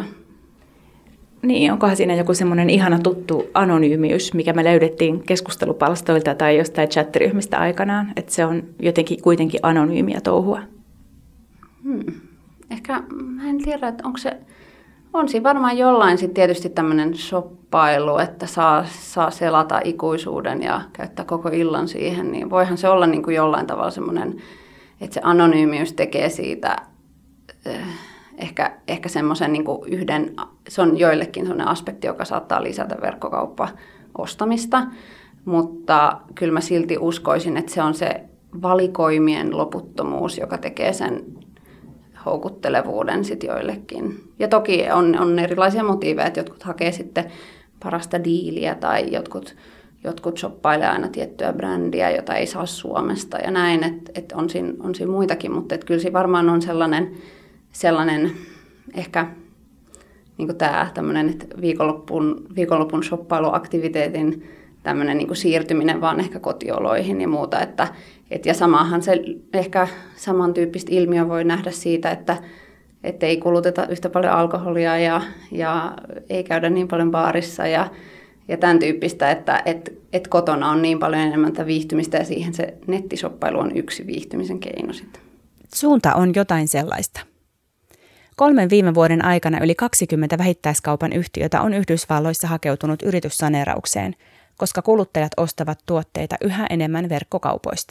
Niin, onkohan siinä joku semmoinen ihana tuttu anonyymiys, mikä me löydettiin keskustelupalstoilta tai jostain chattiryhmistä aikanaan, että se on jotenkin kuitenkin anonyymiä touhua? Hmm. Ehkä, mä en tiedä, että onko se, on siinä varmaan jollain sitten tietysti tämmöinen shoppailu, että saa, saa selata ikuisuuden ja käyttää koko illan siihen, niin voihan se olla niin kuin jollain tavalla semmoinen, että se anonyymiys tekee siitä eh, ehkä, ehkä semmoisen niin kuin yhden, se on joillekin semmoinen aspekti, joka saattaa lisätä verkkokauppa-ostamista, mutta kyllä mä silti uskoisin, että se on se valikoimien loputtomuus, joka tekee sen houkuttelevuuden sitten joillekin. Ja toki on, on erilaisia motiiveja, että jotkut hakee sitten parasta diiliä tai jotkut, jotkut shoppailee aina tiettyä brändiä, jota ei saa Suomesta ja näin, että et on, siinä, on siinä muitakin, mutta et kyllä siinä varmaan on sellainen, sellainen ehkä niin kuin tämä tämmöinen, että viikonlopun, viikonlopun shoppailuaktiviteetin tämmöinen niin kuin siirtyminen vaan ehkä kotioloihin ja muuta, että et ja samahan se ehkä samantyyppistä ilmiö voi nähdä siitä, että et ei kuluteta yhtä paljon alkoholia ja, ja ei käydä niin paljon baarissa ja, ja tämän tyyppistä, että et, et kotona on niin paljon enemmän tätä viihtymistä ja siihen se nettishoppailu on yksi viihtymisen keino sitten. Suunta on jotain sellaista. Kolmen viime vuoden aikana yli kaksikymmentä vähittäiskaupan yhtiötä on Yhdysvalloissa hakeutunut yrityssaneeraukseen, koska kuluttajat ostavat tuotteita yhä enemmän verkkokaupoista.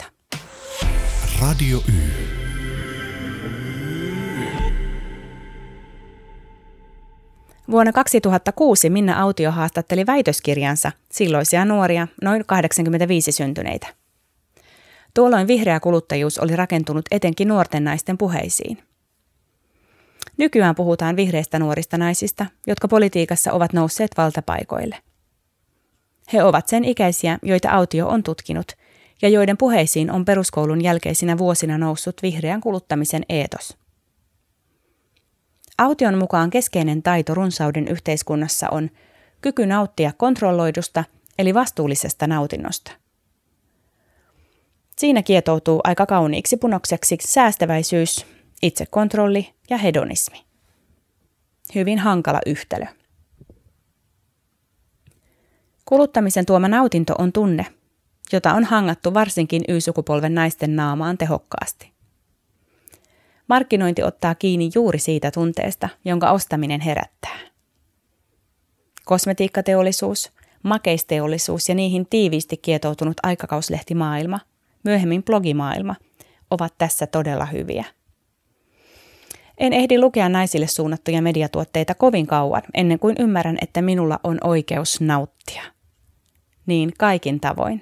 Radio Y. Vuonna kaksituhattakuusi Minna Autio haastatteli väitöskirjansa silloisia nuoria, noin kahdeksankymmentäviisi syntyneitä. Tuolloin vihreä kuluttajuus oli rakentunut etenkin nuorten naisten puheisiin. Nykyään puhutaan vihreistä nuorista naisista, jotka politiikassa ovat nousseet valtapaikoille. He ovat sen ikäisiä, joita Autio on tutkinut, ja joiden puheisiin on peruskoulun jälkeisinä vuosina noussut vihreän kuluttamisen eetos. Aution mukaan keskeinen taito runsauden yhteiskunnassa on kyky nauttia kontrolloidusta eli vastuullisesta nautinnosta. Siinä kietoutuu aika kauniiksi punokseksi säästäväisyys, itsekontrolli ja hedonismi. Hyvin hankala yhtälö. Kuluttamisen tuoma nautinto on tunne, jota on hangattu varsinkin Y-sukupolven naisten naamaan tehokkaasti. Markkinointi ottaa kiinni juuri siitä tunteesta, jonka ostaminen herättää. Kosmetiikkateollisuus, makeisteollisuus ja niihin tiiviisti kietoutunut aikakauslehtimaailma, myöhemmin blogimaailma, ovat tässä todella hyviä. En ehdi lukea naisille suunnattuja mediatuotteita kovin kauan, ennen kuin ymmärrän, että minulla on oikeus nauttia. Niin kaikin tavoin.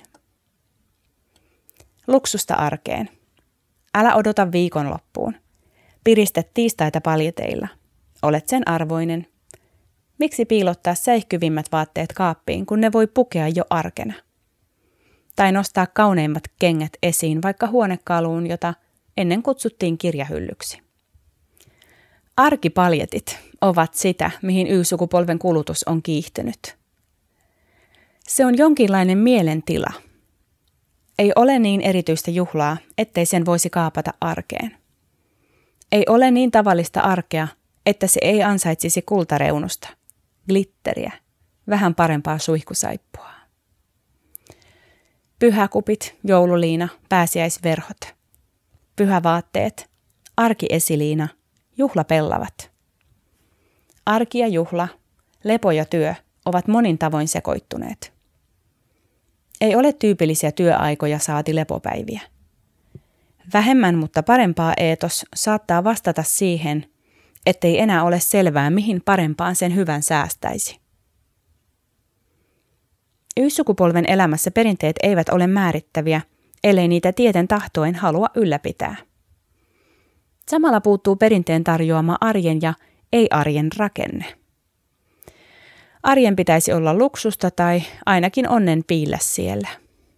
Luksusta arkeen. Älä odota viikonloppuun. Piristä tiistaita paljeteilla. Olet sen arvoinen. Miksi piilottaa säihkyvimmät vaatteet kaappiin, kun ne voi pukea jo arkena? Tai nostaa kauneimmat kengät esiin vaikka huonekaluun, jota ennen kutsuttiin kirjahyllyksi. Arkipaljetit ovat sitä, mihin Y-sukupolven kulutus on kiihtynyt. Se on jonkinlainen mielentila. Ei ole niin erityistä juhlaa, ettei sen voisi kaapata arkeen. Ei ole niin tavallista arkea, että se ei ansaitsisi kultareunusta, glitteriä, vähän parempaa suihkusaippua. Pyhäkupit, joululiina, pääsiäisverhot. Pyhävaatteet, arkiesiliina, juhlapellavat. Arki ja juhla, lepo ja työ ovat monin tavoin sekoittuneet. Ei ole tyypillisiä työaikoja saati lepopäiviä. Vähemmän, mutta parempaa eetos saattaa vastata siihen, ettei enää ole selvää, mihin parempaan sen hyvän säästäisi. Y-sukupolven elämässä perinteet eivät ole määrittäviä, ellei niitä tieten tahtoen halua ylläpitää. Samalla puuttuu perinteen tarjoama arjen ja ei-arjen rakenne. Arjen pitäisi olla luksusta tai ainakin onnen piillä siellä.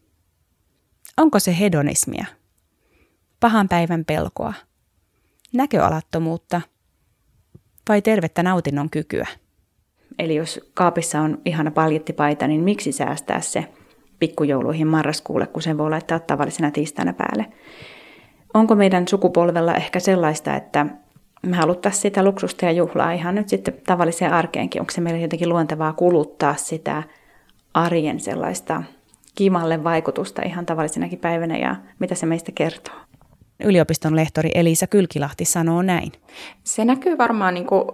Onko se hedonismia? Pahan päivän pelkoa? Näköalattomuutta? Vai tervettä nautinnon kykyä? Eli jos kaapissa on ihana paljettipaita, niin miksi säästää se pikkujouluihin marraskuulle, kun sen voi laittaa tavallisena tiistaina päälle? Onko meidän sukupolvella ehkä sellaista, että me haluttaisiin sitä luksusta ja juhlaa ihan nyt sitten tavalliseen arkeenkin? Onko se meille jotenkin luontevaa kuluttaa sitä arjen sellaista kimalle vaikutusta ihan tavallisenakin päivänä ja mitä se meistä kertoo? Yliopiston lehtori Elisa Kylkilahti sanoo näin. Se näkyy varmaan niin kuin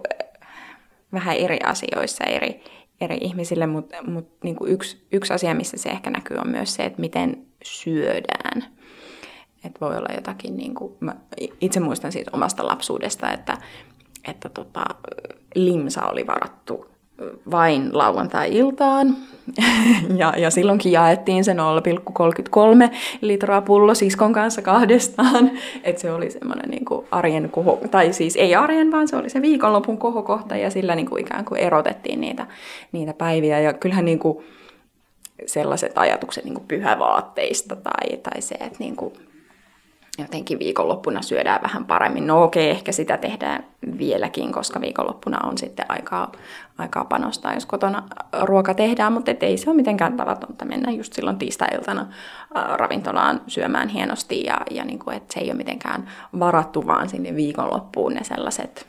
vähän eri asioissa eri, eri ihmisille, mutta, mutta niin kuin yksi, yksi asia, missä se ehkä näkyy, on myös se, että miten syödään. Että voi olla jotakin, niin kuin, mä itse muistan siitä omasta lapsuudesta, että, että tota, limsa oli varattu vain lauantai-iltaan, ja, ja silloinkin jaettiin se nolla pilkku kolmekymmentäkolme litraa pullo siskon kanssa kahdestaan, että se oli semmoinen niin kuin arjen koho, tai siis ei arjen, vaan se oli se viikonlopun kohokohta, ja sillä niin kuin ikään kuin erotettiin niitä, niitä päiviä, ja kyllähän niin kuin sellaiset ajatukset niin kuin pyhävaatteista, tai, tai se, että niin kuin jotenkin viikonloppuna syödään vähän paremmin. No okei, ehkä sitä tehdään vieläkin, koska viikonloppuna on sitten aikaa, aikaa panostaa, jos kotona ruoka tehdään, mutta ei se ole mitenkään tavatonta mennä just silloin tiistai-iltana ravintolaan syömään hienosti, ja, ja niin kuin, että se ei ole mitenkään varattu vaan sinne viikonloppuun ne sellaiset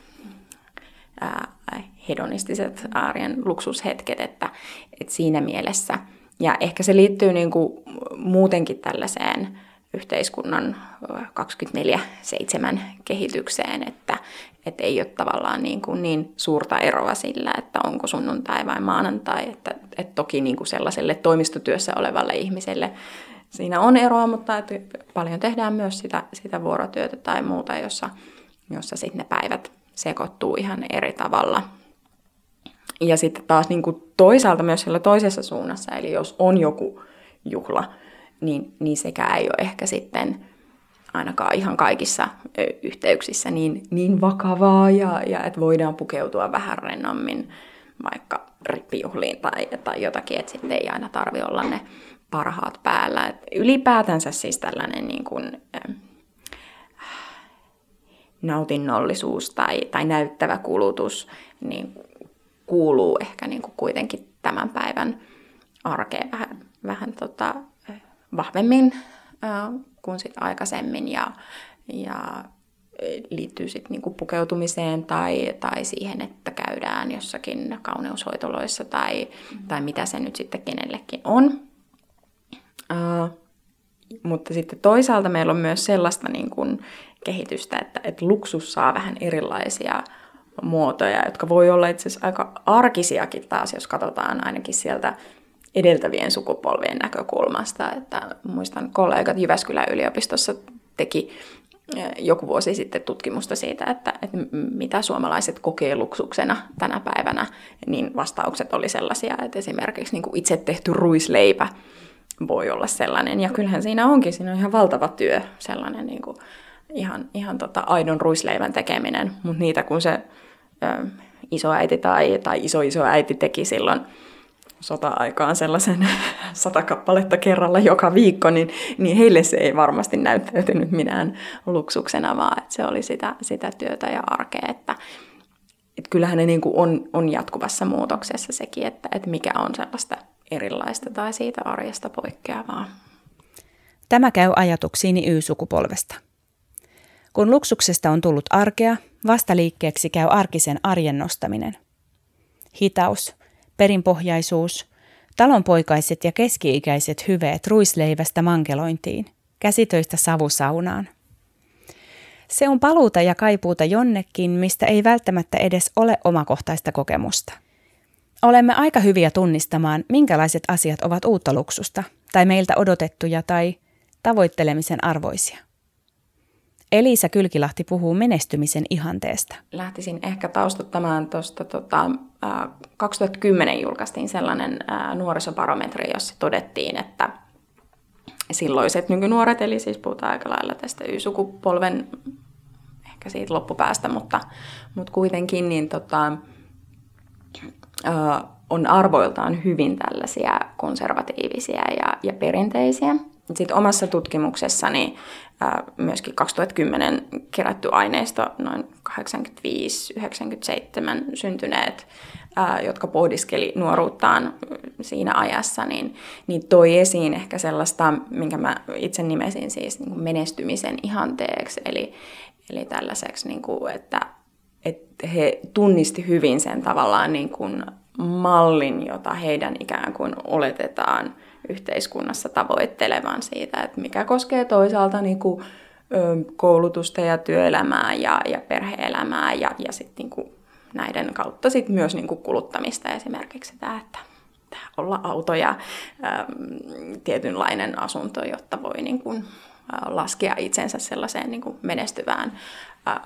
ää, hedonistiset arjen luksushetket, että, että siinä mielessä. Ja ehkä se liittyy niin kuin muutenkin tällaiseen yhteiskunnan kaksikymmentäneljä seitsemän kehitykseen, että, että ei ole tavallaan niin, kuin niin suurta eroa sillä, että onko sunnuntai vai maanantai. Että, että toki niin kuin sellaiselle toimistotyössä olevalle ihmiselle siinä on eroa, mutta että paljon tehdään myös sitä, sitä vuorotyötä tai muuta, jossa, jossa sitten ne päivät sekoittuu ihan eri tavalla. Ja sitten taas niin kuin toisaalta myös siellä toisessa suunnassa, eli jos on joku juhla, Niin, niin sekään ei ole ehkä sitten ainakaan ihan kaikissa yhteyksissä niin, niin vakavaa, ja, ja että voidaan pukeutua vähän rennommin vaikka rippijuhliin tai, tai jotakin, että sitten ei aina tarvitse olla ne parhaat päällä. Et ylipäätänsä siis tällainen niin kuin, äh, nautinnollisuus tai, tai näyttävä kulutus niin kuuluu ehkä niin kuin kuitenkin tämän päivän arkeen vähän, vähän tota, vahvemmin äh, kuin sit aikaisemmin ja, ja liittyy sitten niinku pukeutumiseen tai, tai siihen, että käydään jossakin kauneushoitoloissa tai, mm. tai mitä se nyt sitten kenellekin on. Uh, mutta sitten toisaalta meillä on myös sellaista niin kuin kehitystä, että, että luksus saa vähän erilaisia muotoja, jotka voi olla itse asiassa aika arkisiakin taas, jos katsotaan ainakin sieltä edeltävien sukupolvien näkökulmasta. Että muistan kollegat Jyväskylän yliopistossa teki joku vuosi sitten tutkimusta siitä, että, että mitä suomalaiset kokee luksuksena tänä päivänä, niin vastaukset oli sellaisia, että esimerkiksi niin kuin itse tehty ruisleipä voi olla sellainen. Ja kyllähän siinä onkin, siinä on ihan valtava työ, sellainen niin kuin ihan, ihan tota aidon ruisleivän tekeminen, mutta niitä kun se ö, isoäiti tai, tai iso-isoäiti teki silloin sota-aikaan sellaisen sata kappaletta kerralla joka viikko, niin, niin heille se ei varmasti näyttäytynyt minään luksuksena, vaan että se oli sitä, sitä työtä ja arkea. Että, että kyllähän ne niin kuin on, on jatkuvassa muutoksessa sekin, että, että mikä on sellaista erilaista tai siitä arjesta poikkeavaa. Tämä käy ajatuksiini Y-sukupolvesta. Kun luksuksesta on tullut arkea, vastaliikkeeksi käy arkisen arjen nostaminen. Hitaus, perinpohjaisuus, talonpoikaiset ja keski-ikäiset hyveet ruisleivästä mankelointiin, käsitöistä savusaunaan. Se on paluuta ja kaipuuta jonnekin, mistä ei välttämättä edes ole omakohtaista kokemusta. Olemme aika hyviä tunnistamaan, minkälaiset asiat ovat uutta luksusta, tai meiltä odotettuja tai tavoittelemisen arvoisia. Elisa Kylkilahti puhuu menestymisen ihanteesta. Lähtisin ehkä taustattamaan tuosta, tota, kaksituhattakymmenen julkaistiin sellainen ää, nuorisobarometri, jossa todettiin, että silloiset nykynuoret, eli siis puhutaan aika lailla tästä Y-sukupolven, ehkä siitä loppupäästä, mutta, mutta kuitenkin niin, tota, ää, on arvoiltaan hyvin tällaisia konservatiivisia ja, ja perinteisiä. Sitten omassa tutkimuksessani ää, myöskin kaksituhattakymmenen kerätty aineisto, noin kahdeksankymmentäviisi yhdeksänkymmentäseitsemän syntyneet, ää, jotka pohdiskeli nuoruuttaan siinä ajassa, niin, niin toi esiin ehkä sellaista, minkä mä itse nimesin siis niin kuin menestymisen ihanteeksi, eli, eli tällaiseksi, niin kuin, että, että he tunnisti hyvin sen tavallaan niin kuin mallin, jota heidän ikään kuin oletetaan yhteiskunnassa tavoittelevan siitä, että mikä koskee toisaalta niin kuin, ö, koulutusta ja työelämää ja, ja perhe-elämää ja, ja sitten niin kuin näiden kautta sit myös niin kuin kuluttamista esimerkiksi sitä, että olla auto ja ö, tietynlainen asunto, jotta voi niin kuin, ö, laskea itsensä sellaiseen niin kuin menestyvään ö,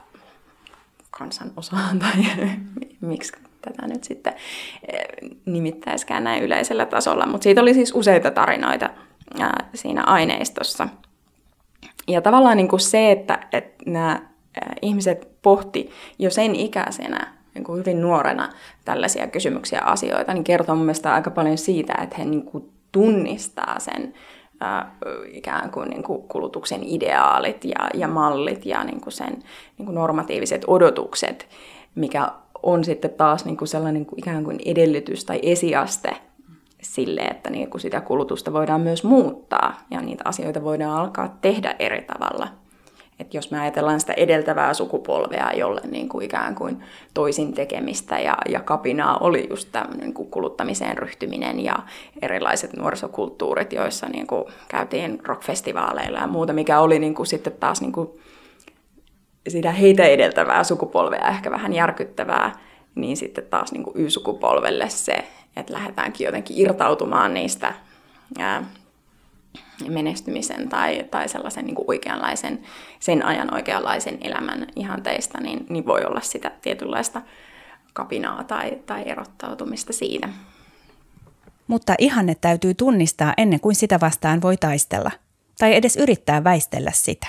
kansanosaan tai miksi tätä nyt sitten nimittäisikään näin yleisellä tasolla. Mutta siitä oli siis useita tarinoita ää, siinä aineistossa. Ja tavallaan niin kuin se, että, että nämä ihmiset pohti jo sen ikäisenä, niin kuin hyvin nuorena tällaisia kysymyksiä ja asioita, niin kertoo mun mielestä aika paljon siitä, että he niin kuin tunnistaa sen ää, ikään kuin, niin kuin kulutuksen ideaalit ja, ja mallit ja niin kuin sen niin kuin normatiiviset odotukset, mikä on sitten taas niin kuin sellainen niin kuin ikään kuin edellytys tai esiaste sille, että niin kuin sitä kulutusta voidaan myös muuttaa ja niitä asioita voidaan alkaa tehdä eri tavalla. Et jos me ajatellaan sitä edeltävää sukupolvea, jolle niin kuin ikään kuin toisin tekemistä ja, ja kapinaa oli just tämmöinen niin kuin kuluttamiseen ryhtyminen ja erilaiset nuorisokulttuurit, joissa niin kuin käytiin rockfestivaaleilla ja muuta, mikä oli niin kuin sitten taas niin kuin sitä heitä edeltävää sukupolvea ehkä vähän järkyttävää, niin sitten taas niin kuin Y-sukupolvelle se, että lähdetäänkin jotenkin irtautumaan niistä ää, menestymisen tai, tai sellaisen niin kuin oikeanlaisen, sen ajan oikeanlaisen elämän ihanteista, niin, niin voi olla sitä tietynlaista kapinaa tai, tai erottautumista siitä. Mutta ihanne täytyy tunnistaa ennen kuin sitä vastaan voi taistella, tai edes yrittää väistellä sitä.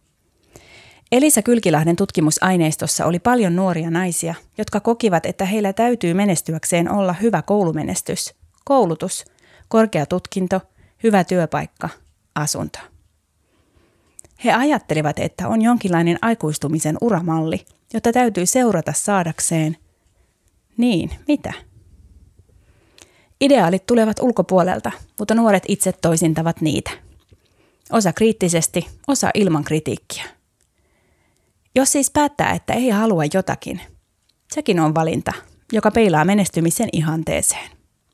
Elisa Kylkilahden tutkimusaineistossa oli paljon nuoria naisia, jotka kokivat, että heillä täytyy menestyäkseen olla hyvä koulumenestys, koulutus, korkea tutkinto, hyvä työpaikka, asunto. He ajattelivat, että on jonkinlainen aikuistumisen uramalli, jota täytyy seurata saadakseen. Niin, mitä? Ideaalit tulevat ulkopuolelta, mutta nuoret itse toisintavat niitä. Osa kriittisesti, osa ilman kritiikkiä. Jos siis päättää, että ei halua jotakin, sekin on valinta, joka peilaa menestymisen ihanteeseen.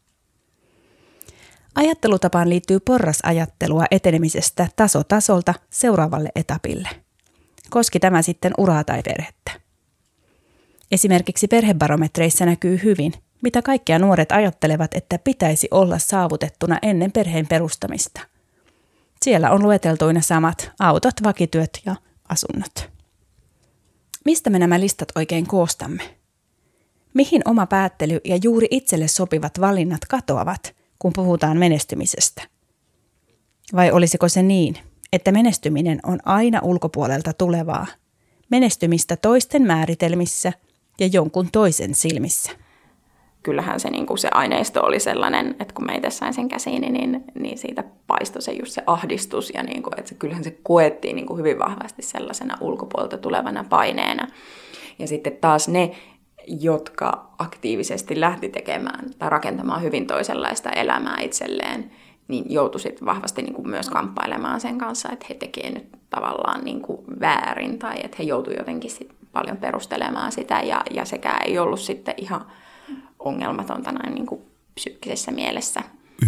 Ajattelutapaan liittyy porrasajattelua etenemisestä taso tasolta seuraavalle etapille. Koski tämä sitten uraa tai perhettä. Esimerkiksi perhebarometreissä näkyy hyvin, mitä kaikkea nuoret ajattelevat, että pitäisi olla saavutettuna ennen perheen perustamista. Siellä on lueteltuina samat autot, vakityöt ja asunnot. Mistä me nämä listat oikein koostamme? Mihin oma päättely ja juuri itselle sopivat valinnat katoavat, kun puhutaan menestymisestä? Vai olisiko se niin, että menestyminen on aina ulkopuolelta tulevaa, menestymistä toisten määritelmissä ja jonkun toisen silmissä? Kyllähän se, niin kuin se aineisto oli sellainen, että kun mä itse sain sen käsiini, niin, niin siitä paistoi se just se ahdistus. Ja niin kuin, että se, kyllähän se koettiin niin kuin hyvin vahvasti sellaisena ulkopuolelta tulevana paineena. Ja sitten taas ne, jotka aktiivisesti lähti tekemään tai rakentamaan hyvin toisenlaista elämää itselleen, niin joutui sitten vahvasti niin kuin myös kamppailemaan sen kanssa, että he tekevät nyt tavallaan niin kuin väärin tai että he joutuivat jotenkin sit paljon perustelemaan sitä ja, ja sekään ei ollut sitten ihan ongelmatonta näin niin kuin psyykkisessä mielessä.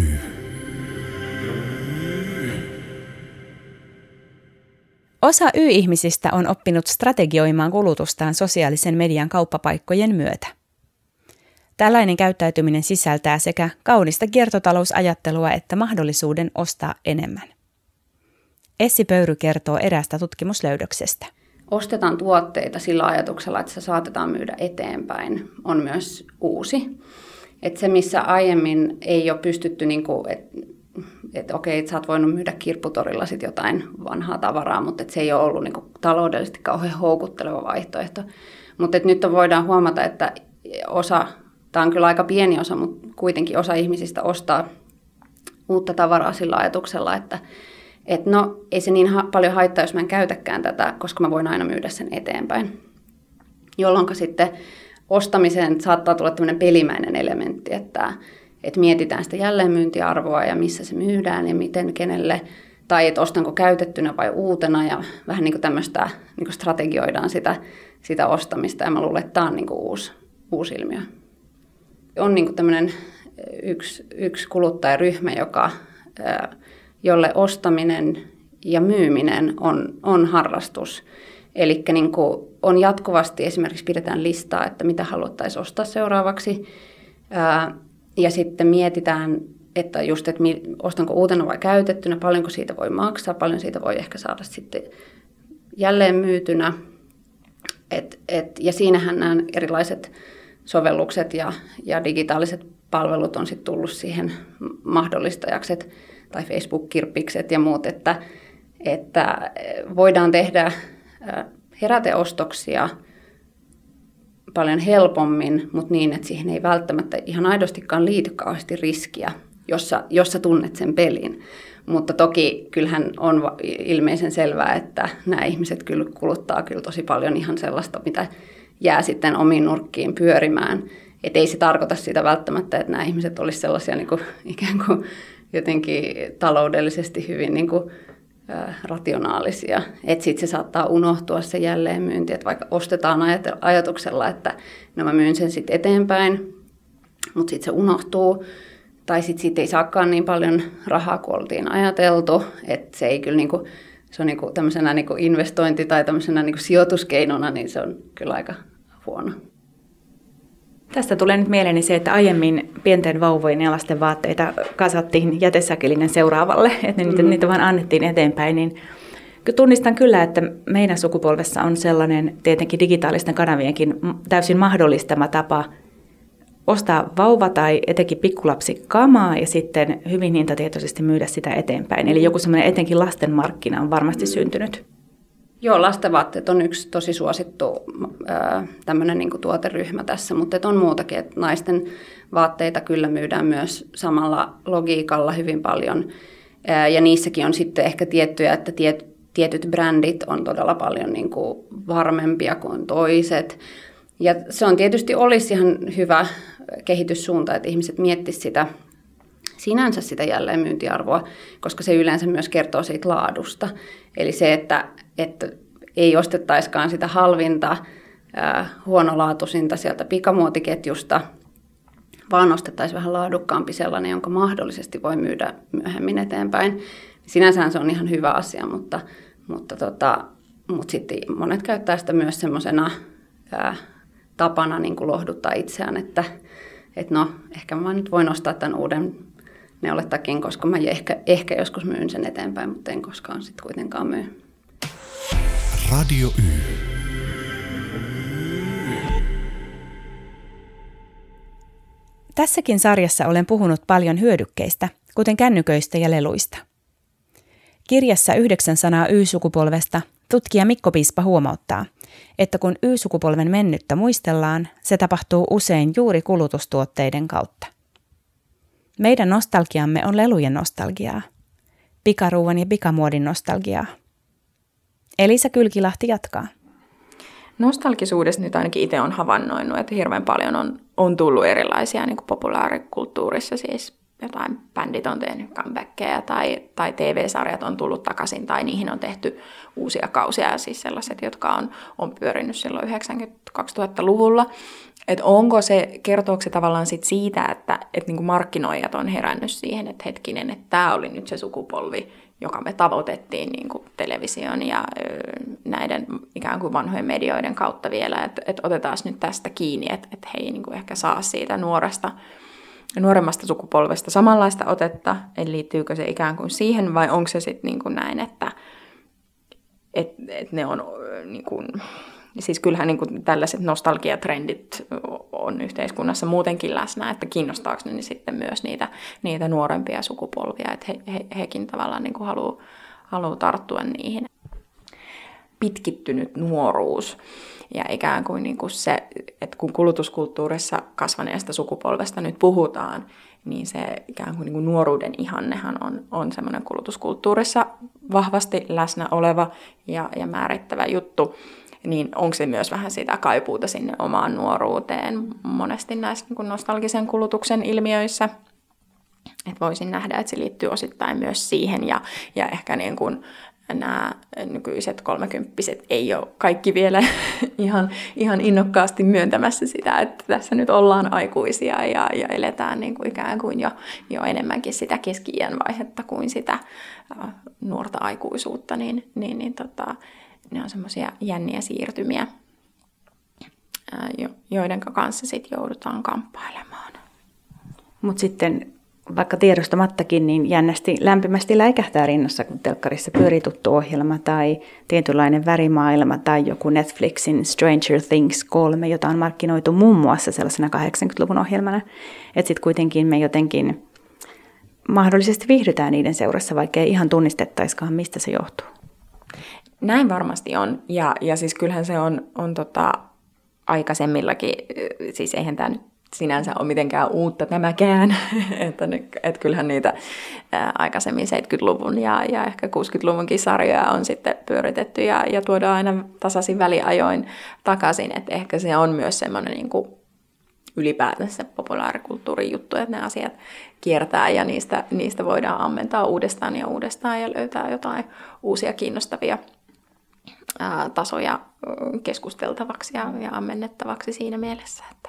Osa Y-ihmisistä on oppinut strategioimaan kulutustaan sosiaalisen median kauppapaikkojen myötä. Tällainen käyttäytyminen sisältää sekä kaunista kiertotalousajattelua että mahdollisuuden ostaa enemmän. Essi Pöyry kertoo eräästä tutkimuslöydöksestä. Ostetaan tuotteita sillä ajatuksella, että se saatetaan myydä eteenpäin, on myös uusi. Että se, missä aiemmin ei ole pystytty, niin että et okei, että sä oot voinut myydä kirpputorilla sit jotain vanhaa tavaraa, mutta et se ei ole ollut niin kuin taloudellisesti kauhean houkutteleva vaihtoehto. Mutta nyt voidaan huomata, että osa, tämä on kyllä aika pieni osa, mutta kuitenkin osa ihmisistä ostaa uutta tavaraa sillä ajatuksella, että et no, ei se niin ha- paljon haittaa, jos mä en käytäkään tätä, koska mä voin aina myydä sen eteenpäin. Jolloin sitten ostamiseen saattaa tulla tämmöinen pelimäinen elementti, että, että mietitään sitä jälleenmyyntiarvoa ja missä se myydään ja miten, kenelle, tai että ostanko käytettynä vai uutena ja vähän niin kuin tämmöistä niin kuin strategioidaan sitä, sitä ostamista ja mä luulen, että tämä on niin kuin uusi, uusi ilmiö. On niin kuin tämmöinen yksi, yksi kuluttajaryhmä, joka... jolle ostaminen ja myyminen on, on harrastus. Eli niin kuin on jatkuvasti esimerkiksi pidetään listaa, että mitä haluttaisiin ostaa seuraavaksi. Ää, ja sitten mietitään, että just, että ostanko uutena vai käytettynä, paljonko siitä voi maksaa, paljon siitä voi ehkä saada sitten jälleen myytynä. Et, et, ja siinähän nämä erilaiset sovellukset ja, ja digitaaliset palvelut on sitten tullut siihen mahdollistajaksi, tai Facebook-kirppikset ja muut, että, että voidaan tehdä heräteostoksia paljon helpommin, mutta niin, että siihen ei välttämättä ihan aidostikaan liity kauheasti riskiä, jossa, jossa tunnet sen pelin. Mutta toki kyllähän on ilmeisen selvää, että nämä ihmiset kyllä kuluttaa kyllä tosi paljon ihan sellaista, mitä jää sitten omiin nurkkiin pyörimään. Että ei se tarkoita sitä välttämättä, että nämä ihmiset olisivat sellaisia niin kuin, ikään kuin jotenkin taloudellisesti hyvin niin kuin, ä, rationaalisia. Että sitten se saattaa unohtua se jälleenmyynti, että vaikka ostetaan ajat- ajatuksella, että no mä myyn sen sitten eteenpäin, mutta sitten se unohtuu. Tai sitten siitä ei saakaan niin paljon rahaa kuin oltiin ajateltu, että se ei kyllä niin kuin, se on niin kuin tämmöisenä niin kuin investointi- tai tämmöisenä niin kuin sijoituskeinona, niin se on kyllä aika huono. Tästä tulee nyt mieleeni se, että aiemmin pienten vauvojen ja lasten vaatteita kasattiin jätesäkillinen seuraavalle, että niitä, mm. niitä vaan annettiin eteenpäin. Niin tunnistan kyllä, että meidän sukupolvessa on sellainen tietenkin digitaalisten kanavienkin täysin mahdollistama tapa ostaa vauva tai etenkin pikkulapsi kamaa ja sitten hyvin hintatietoisesti myydä sitä eteenpäin. Eli joku semmoinen etenkin lasten markkina on varmasti syntynyt. Joo, lastenvaatteet on yksi tosi suosittu ää, tämmöinen niin kuin tuoteryhmä tässä, mutta on muutakin, että naisten vaatteita kyllä myydään myös samalla logiikalla hyvin paljon. Ää, ja niissäkin on sitten ehkä tiettyjä, että tiet, tietyt brändit on todella paljon niin kuin varmempia kuin toiset. Ja se on tietysti olisi ihan hyvä kehityssuunta, että ihmiset miettisivät sitä sinänsä sitä jälleenmyyntiarvoa, koska se yleensä myös kertoo siitä laadusta. Eli se, että, että ei ostettaiskaan sitä halvinta, ää, huonolaatuisinta sieltä pikamuotiketjusta, vaan ostettaisiin vähän laadukkaampi sellainen, jonka mahdollisesti voi myydä myöhemmin eteenpäin. Sinänsä se on ihan hyvä asia, mutta, mutta, tota, mutta sitten monet käyttää sitä myös semmoisena ää, tapana niin kuin lohduttaa itseään, että et no, ehkä mä nyt voin ostaa tämän uuden neuletakin, koska mä ehkä, ehkä joskus myyn sen eteenpäin, mutta en koskaan sitten kuitenkaan myy. Radio Y. Tässäkin sarjassa olen puhunut paljon hyödykkeistä, kuten kännyköistä ja leluista. Kirjassa Yhdeksän sanaa Y-sukupolvesta tutkija Mikko Piispa huomauttaa, että kun Y-sukupolven mennyttä muistellaan, se tapahtuu usein juuri kulutustuotteiden kautta. Meidän nostalgiamme on lelujen nostalgiaa, pikaruuan ja pikamuodin nostalgiaa. Elisa Kylkilahti jatkaa. Nostalgisuudessa nyt ainakin itse olen havainnoinut, että hirveän paljon on, on tullut erilaisia niin kuin populaarikulttuurissa, siis jotain bändit on tehnyt comebackkejä tai, tai T V-sarjat on tullut takaisin tai niihin on tehty uusia kausia, siis sellaiset, jotka on, on pyörinyt silloin yhdeksänkymmentä-kaksituhattaluvulla. Että onko se, kertooko se tavallaan sit siitä, että et niinku markkinoijat on herännyt siihen, että hetkinen, että tämä oli nyt se sukupolvi, joka me tavoitettiin niinku television ja ö, näiden ikään kuin vanhojen medioiden kautta vielä, että et otetaan nyt tästä kiinni, että et he ei niinku ehkä saa siitä nuoresta, nuoremmasta sukupolvesta samanlaista otetta, eli liittyykö se ikään kuin siihen vai onko se sitten niinku näin, että et, et ne on niinku, siis kyllähän niin kuin tällaiset nostalgiatrendit on yhteiskunnassa muutenkin läsnä, että kiinnostaako ne niin sitten myös niitä, niitä nuorempia sukupolvia, että he, he, hekin tavallaan niin kuin haluaa, haluaa tarttua niihin. Pitkittynyt nuoruus ja ikään kuin, niin kuin se, että kun kulutuskulttuurissa kasvaneesta sukupolvesta nyt puhutaan, niin se ikään kuin, niin kuin nuoruuden ihannehan on, on semmoinen kulutuskulttuurissa vahvasti läsnä oleva ja, ja määrittävä juttu. Niin onko se myös vähän sitä kaipuuta sinne omaan nuoruuteen monesti näissä niin kuin nostalgisen kulutuksen ilmiöissä. Et voisin nähdä, että se liittyy osittain myös siihen ja, ja ehkä niin kuin nämä nykyiset kolmekymppiset ei ole kaikki vielä ihan, ihan innokkaasti myöntämässä sitä, että tässä nyt ollaan aikuisia ja, ja eletään niin kuin ikään kuin jo, jo enemmänkin sitä keski-iän vaihetta kuin sitä uh, nuorta aikuisuutta, niin, niin, niin tota, ne on semmoisia jänniä siirtymiä, joiden kanssa sitten joudutaan kamppailemaan. Mutta sitten vaikka tiedostamattakin, niin jännästi lämpimästi läikähtää rinnassa, kun telkkarissa pyörii tuttu ohjelma tai tietynlainen värimaailma tai joku Netflixin Stranger Things kolme, jota on markkinoitu muun muassa sellaisena kahdeksankymmentäluvun ohjelmana. Että sitten kuitenkin me jotenkin mahdollisesti viihdytään niiden seurassa, vaikka ei ihan tunnistettaisikaan, mistä se johtuu. Näin varmasti on, ja, ja siis kyllähän se on, on tota, aikaisemmillakin, siis eihän tämä nyt sinänsä ole mitenkään uutta tämäkään, että, että kyllähän niitä ää, aikaisemmin seitsemänkymmentäluvun ja, ja ehkä kuusikymmentäluvunkin sarjoja on sitten pyöritetty ja, ja tuodaan aina tasaisin väliajoin takaisin, että ehkä se on myös semmoinen niin kuin ylipäätänsä populaarikulttuurin juttu, että ne asiat kiertää ja niistä, niistä voidaan ammentaa uudestaan ja uudestaan ja löytää jotain uusia kiinnostavia ää, tasoja keskusteltavaksi ja, ja ammennettavaksi siinä mielessä. Että.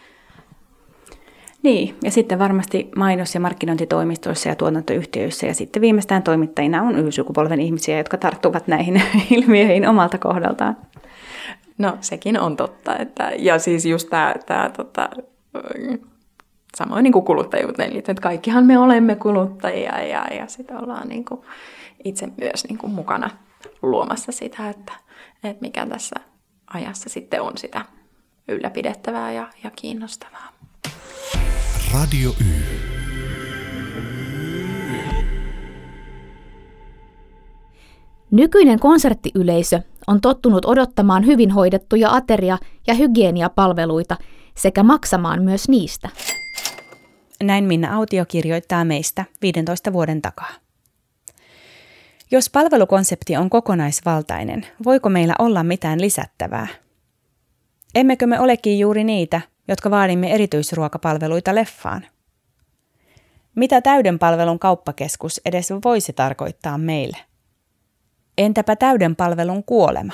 Niin, ja sitten varmasti mainos- ja markkinointitoimistoissa ja tuotantoyhtiöissä ja sitten viimeistään toimittajina on Y-sukupolven ihmisiä, jotka tarttuvat näihin ilmiöihin omalta kohdaltaan. No sekin on totta, että, ja siis just tämä, tämä tota, samoin niin kuin kuluttajuuteen liittyen, että kaikkihan me olemme kuluttajia ja, ja sitä ollaan niin kuin itse myös niin kuin mukana luomassa sitä, että, että mikä tässä ajassa sitten on sitä ylläpidettävää ja, ja kiinnostavaa. Radio Y. Nykyinen konserttiyleisö on tottunut odottamaan hyvin hoidettuja ateria- ja hygieniapalveluita sekä maksamaan myös niistä. Näin Minna Autio kirjoittaa meistä viidentoista vuoden takaa. Jos palvelukonsepti on kokonaisvaltainen, voiko meillä olla mitään lisättävää? Emmekö me olekin juuri niitä, jotka vaadimme erityisruokapalveluita leffaan? Mitä täyden palvelun kauppakeskus edes voisi tarkoittaa meille? Entäpä täyden palvelun kuolema?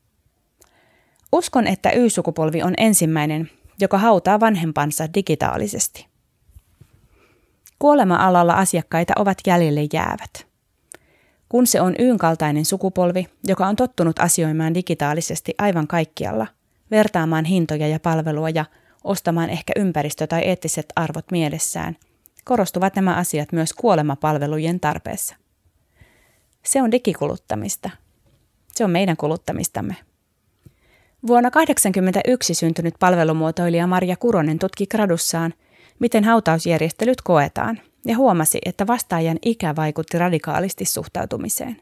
Uskon, että Y-sukupolvi on ensimmäinen, joka hautaa vanhempansa digitaalisesti. Kuolema-alalla asiakkaita ovat jäljelle jäävät. Kun se on Y:n kaltainen sukupolvi, joka on tottunut asioimaan digitaalisesti aivan kaikkialla, vertaamaan hintoja ja palvelua ja ostamaan ehkä ympäristö- tai eettiset arvot mielessään, korostuvat nämä asiat myös kuolemapalvelujen tarpeessa. Se on digikuluttamista. Se on meidän kuluttamistamme. Vuonna tuhatyhdeksänsataakahdeksankymmentäyksi syntynyt palvelumuotoilija Marja Kuronen tutki gradussaan, miten hautausjärjestelyt koetaan, ja huomasi, että vastaajan ikä vaikutti radikaalisti suhtautumiseen.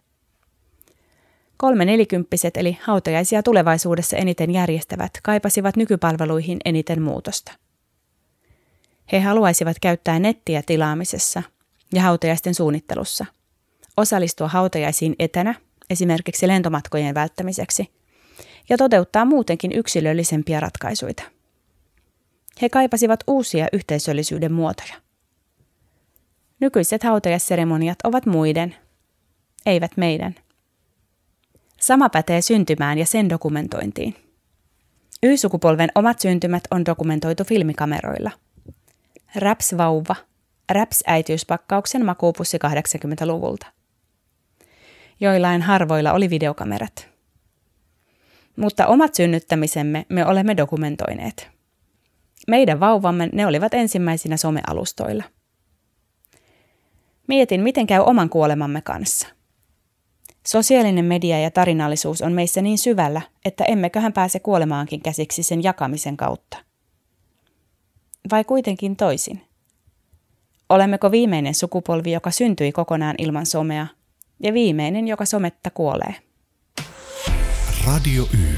Kolme nelikymppiset eli hautajaisia tulevaisuudessa eniten järjestävät kaipasivat nykypalveluihin eniten muutosta. He haluaisivat käyttää nettiä tilaamisessa ja hautajaisten suunnittelussa, osallistua hautajaisiin etänä, esimerkiksi lentomatkojen välttämiseksi, ja toteuttaa muutenkin yksilöllisempiä ratkaisuja. He kaipasivat uusia yhteisöllisyyden muotoja. Nykyiset hautajaisseremoniat ovat muiden, eivät meidän. Sama pätee syntymään ja sen dokumentointiin. Y-sukupolven omat syntymät on dokumentoitu filmikameroilla. Raps-vauva, Raps-äitiyspakkauksen makuupussi kahdeksankymmentäluvulta. Joillain harvoilla oli videokamerat. Mutta omat synnyttämisemme me olemme dokumentoineet. Meidän vauvamme ne olivat ensimmäisinä somealustoilla. Mietin, miten käy oman kuolemamme kanssa. Sosiaalinen media ja tarinallisuus on meissä niin syvällä, että emmeköhän pääse kuolemaankin käsiksi sen jakamisen kautta. Vai kuitenkin toisin? Olemmeko viimeinen sukupolvi, joka syntyi kokonaan ilman somea, ja viimeinen, joka sometta kuolee? Radio Y.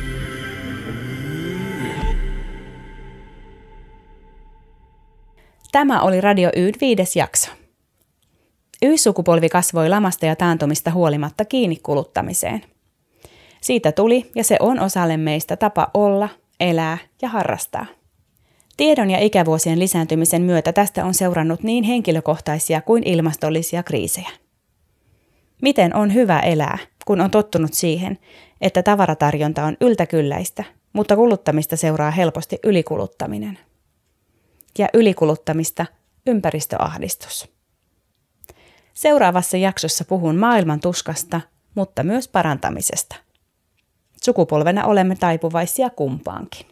Tämä oli Radio Y:n viides jakso. Y-sukupolvi kasvoi lamasta ja taantumista huolimatta kiinni kuluttamiseen. Siitä tuli ja se on osalle meistä tapa olla, elää ja harrastaa. Tiedon ja ikävuosien lisääntymisen myötä tästä on seurannut niin henkilökohtaisia kuin ilmastollisia kriisejä. Miten on hyvä elää, kun on tottunut siihen, että tavaratarjonta on yltäkylläistä, mutta kuluttamista seuraa helposti ylikuluttaminen. Ja ylikuluttamista ympäristöahdistus. Seuraavassa jaksossa puhun maailman tuskasta, mutta myös parantamisesta. Sukupolvena olemme taipuvaisia kumpaankin.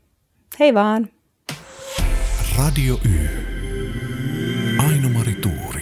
Hei vaan! Radio Y. Aino-Mari Tuuri.